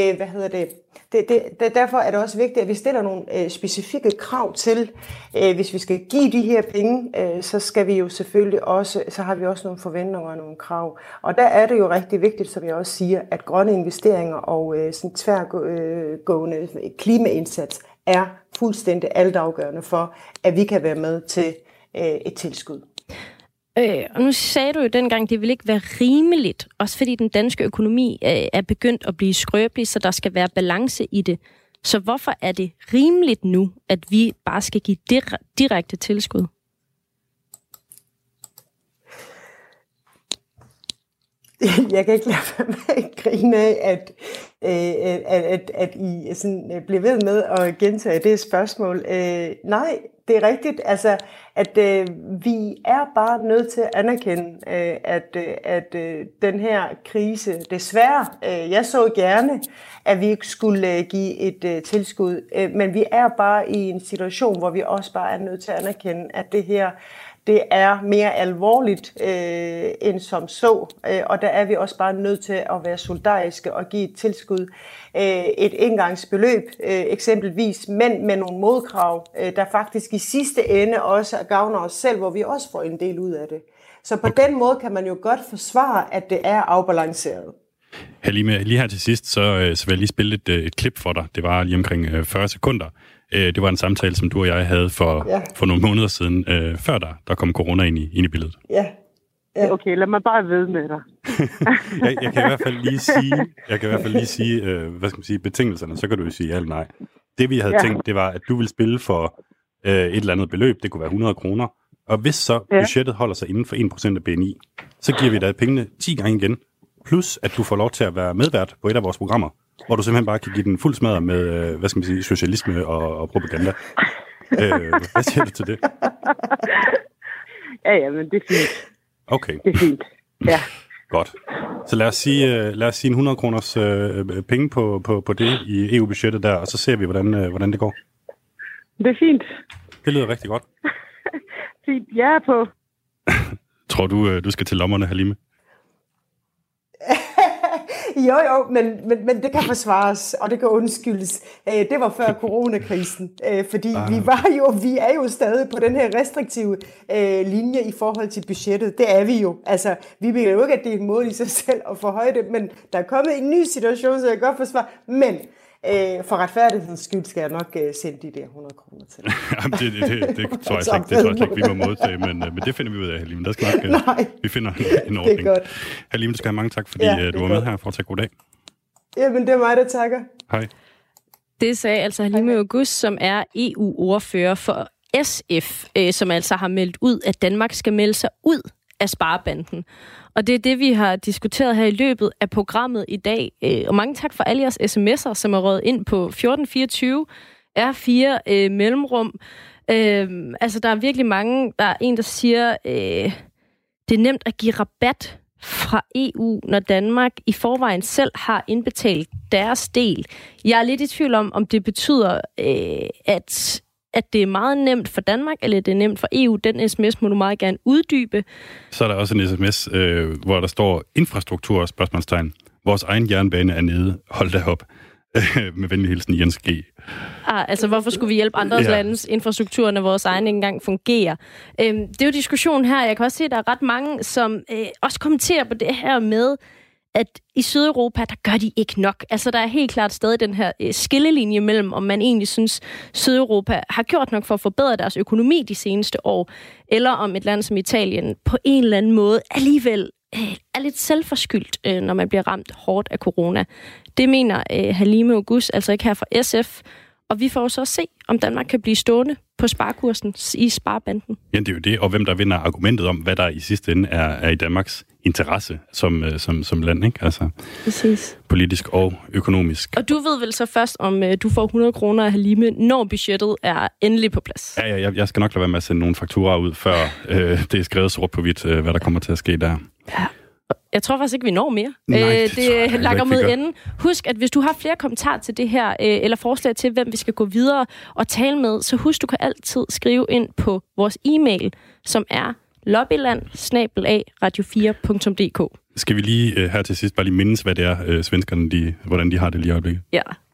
Speaker 11: derfor er det også vigtigt, at vi stiller nogle specifikke krav til, hvis vi skal give de her penge, så skal vi jo selvfølgelig også, så har vi også nogle forventninger og nogle krav. Og der er det jo rigtig vigtigt, som jeg også siger, at grønne investeringer og sådan tværgående klimaindsats er fuldstændig altafgørende for, at vi kan være med til et tilskud.
Speaker 2: Og nu sagde du jo dengang, at det vil ikke være rimeligt, også fordi den danske økonomi er begyndt at blive skrøbelig, så der skal være balance i det. Så hvorfor er det rimeligt nu, at vi bare skal give direkte tilskud?
Speaker 11: Jeg kan ikke lade være med at grine af, at I sådan bliver ved med at gentage det spørgsmål. Nej, det er rigtigt. Altså, at vi er bare nødt til at anerkende, at den her krise, desværre, jeg så gerne, at vi ikke skulle give et tilskud, men vi er bare i en situation, hvor vi også bare er nødt til at anerkende, at det her, det er mere alvorligt end som så, og der er vi også bare nødt til at være solidariske og give et tilskud, et engangsbeløb eksempelvis, men med nogle modkrav, der faktisk i sidste ende også gavner os selv, hvor vi også får en del ud af det. Så på den måde kan man jo godt forsvare, at det er afbalanceret.
Speaker 3: Halime, lige her til sidst, så vil jeg lige spille et klip for dig. Det var lige omkring 40 sekunder. Det var en samtale, som du og jeg havde for nogle måneder siden, før der kom corona ind i billedet.
Speaker 11: Ja.
Speaker 12: Okay, lad mig bare ved med dig.
Speaker 3: jeg kan i hvert fald lige sige, hvad skal man sige, betingelserne, så kan du jo sige ja eller nej. Det vi havde tænkt, det var, at du ville spille for et eller andet beløb, det kunne være 100 kroner, og hvis så budgettet holder sig inden for 1% af BNI, så giver vi dig pengene 10 gange igen, plus at du får lov til at være medvært på et af vores programmer, hvor du simpelthen bare kan give den fuld smadret med, hvad skal man sige, socialisme og propaganda. Hvad siger du til det?
Speaker 12: Ja, men det er fint.
Speaker 3: Okay.
Speaker 12: Det er fint, ja.
Speaker 3: Godt. Så lad os sige en 100 kroners penge på det i EU-budgettet der, og så ser vi, hvordan det går.
Speaker 12: Det er fint.
Speaker 3: Det lyder rigtig godt.
Speaker 12: Fint, jeg er på.
Speaker 3: Tror du skal til lommerne, Halime?
Speaker 11: Jo, men det kan forsvares, og det kan undskyldes. Det var før coronakrisen, fordi vi er jo stadig på den her restriktive linje i forhold til budgettet. Det er vi jo. Altså, vi mener jo ikke, at det er et mål i sig selv at forhøje det, men der er kommet en ny situation, så jeg kan godt forsvare. Men for retfærdighedens skyld skal jeg nok sende de der 100 kroner til.
Speaker 3: Jamen, det tror jeg ikke, vi må modtage, men det finder vi ud af, Halime. Der skal nok, vi finder en ordning. Det er godt. Halime, du skal have mange tak, fordi du var med her for at tage god dag.
Speaker 11: Jamen, det er mig, der takker.
Speaker 3: Hej.
Speaker 2: Det sagde altså Halime Oguz, som er EU-ordfører for SF, som altså har meldt ud, at Danmark skal melde sig ud af sparebanden. Og det er det, vi har diskuteret her i løbet af programmet i dag. Og mange tak for alle jeres sms'er, som er røget ind på 1424 R4 mellemrum. Altså, der er virkelig mange. Der er en, der siger, det er nemt at give rabat fra EU, når Danmark i forvejen selv har indbetalt deres del. Jeg er lidt i tvivl om det betyder, at det er meget nemt for Danmark, eller det er nemt for EU. Den sms må du meget gerne uddybe. Så er
Speaker 3: der også en sms, hvor der står infrastruktur, spørgsmålstegn. Vores egen jernbane er nede. Hold da op. Med venlig hilsen Jens G.
Speaker 2: Altså, hvorfor skulle vi hjælpe andre landes infrastruktur, når vores egen ikke engang fungerer? Det er jo diskussion her. Jeg kan også se, at der er ret mange, som også kommenterer på det her med, at i Sydeuropa, der gør de ikke nok. Altså, der er helt klart stadig den her skillelinje mellem, om man egentlig synes, Sydeuropa har gjort nok for at forbedre deres økonomi de seneste år, eller om et land som Italien på en eller anden måde alligevel er lidt selvforskyldt, når man bliver ramt hårdt af corona. Det mener Halime Oguz, altså ikke her fra SF, og vi får så at se, om Danmark kan blive stående på sparekursen i sparebanden. Ja, det er jo det, og hvem der vinder argumentet om, hvad der i sidste ende er i Danmarks interesse som land, ikke? Altså, præcis. Politisk og økonomisk. Og du ved vel så først, om du får 100 kroner af Halime, når budgettet er endelig på plads? Ja, jeg skal nok lade være med at sende nogle fakturaer ud, før det er skrevet sort på hvidt, hvad der kommer til at ske der. Ja. Jeg tror faktisk ikke, vi når mere.
Speaker 3: Nej,
Speaker 2: det lakker mod enden. Husk, at hvis du har flere kommentarer til det her, eller forslag til, hvem vi skal gå videre og tale med, så husk, du kan altid skrive ind på vores e-mail, som er lobbyland@radio4.dk.
Speaker 3: Skal vi lige her til sidst bare lige mindes, hvad det er, svenskerne, hvordan de har det lige i øjeblikket?
Speaker 2: Ja.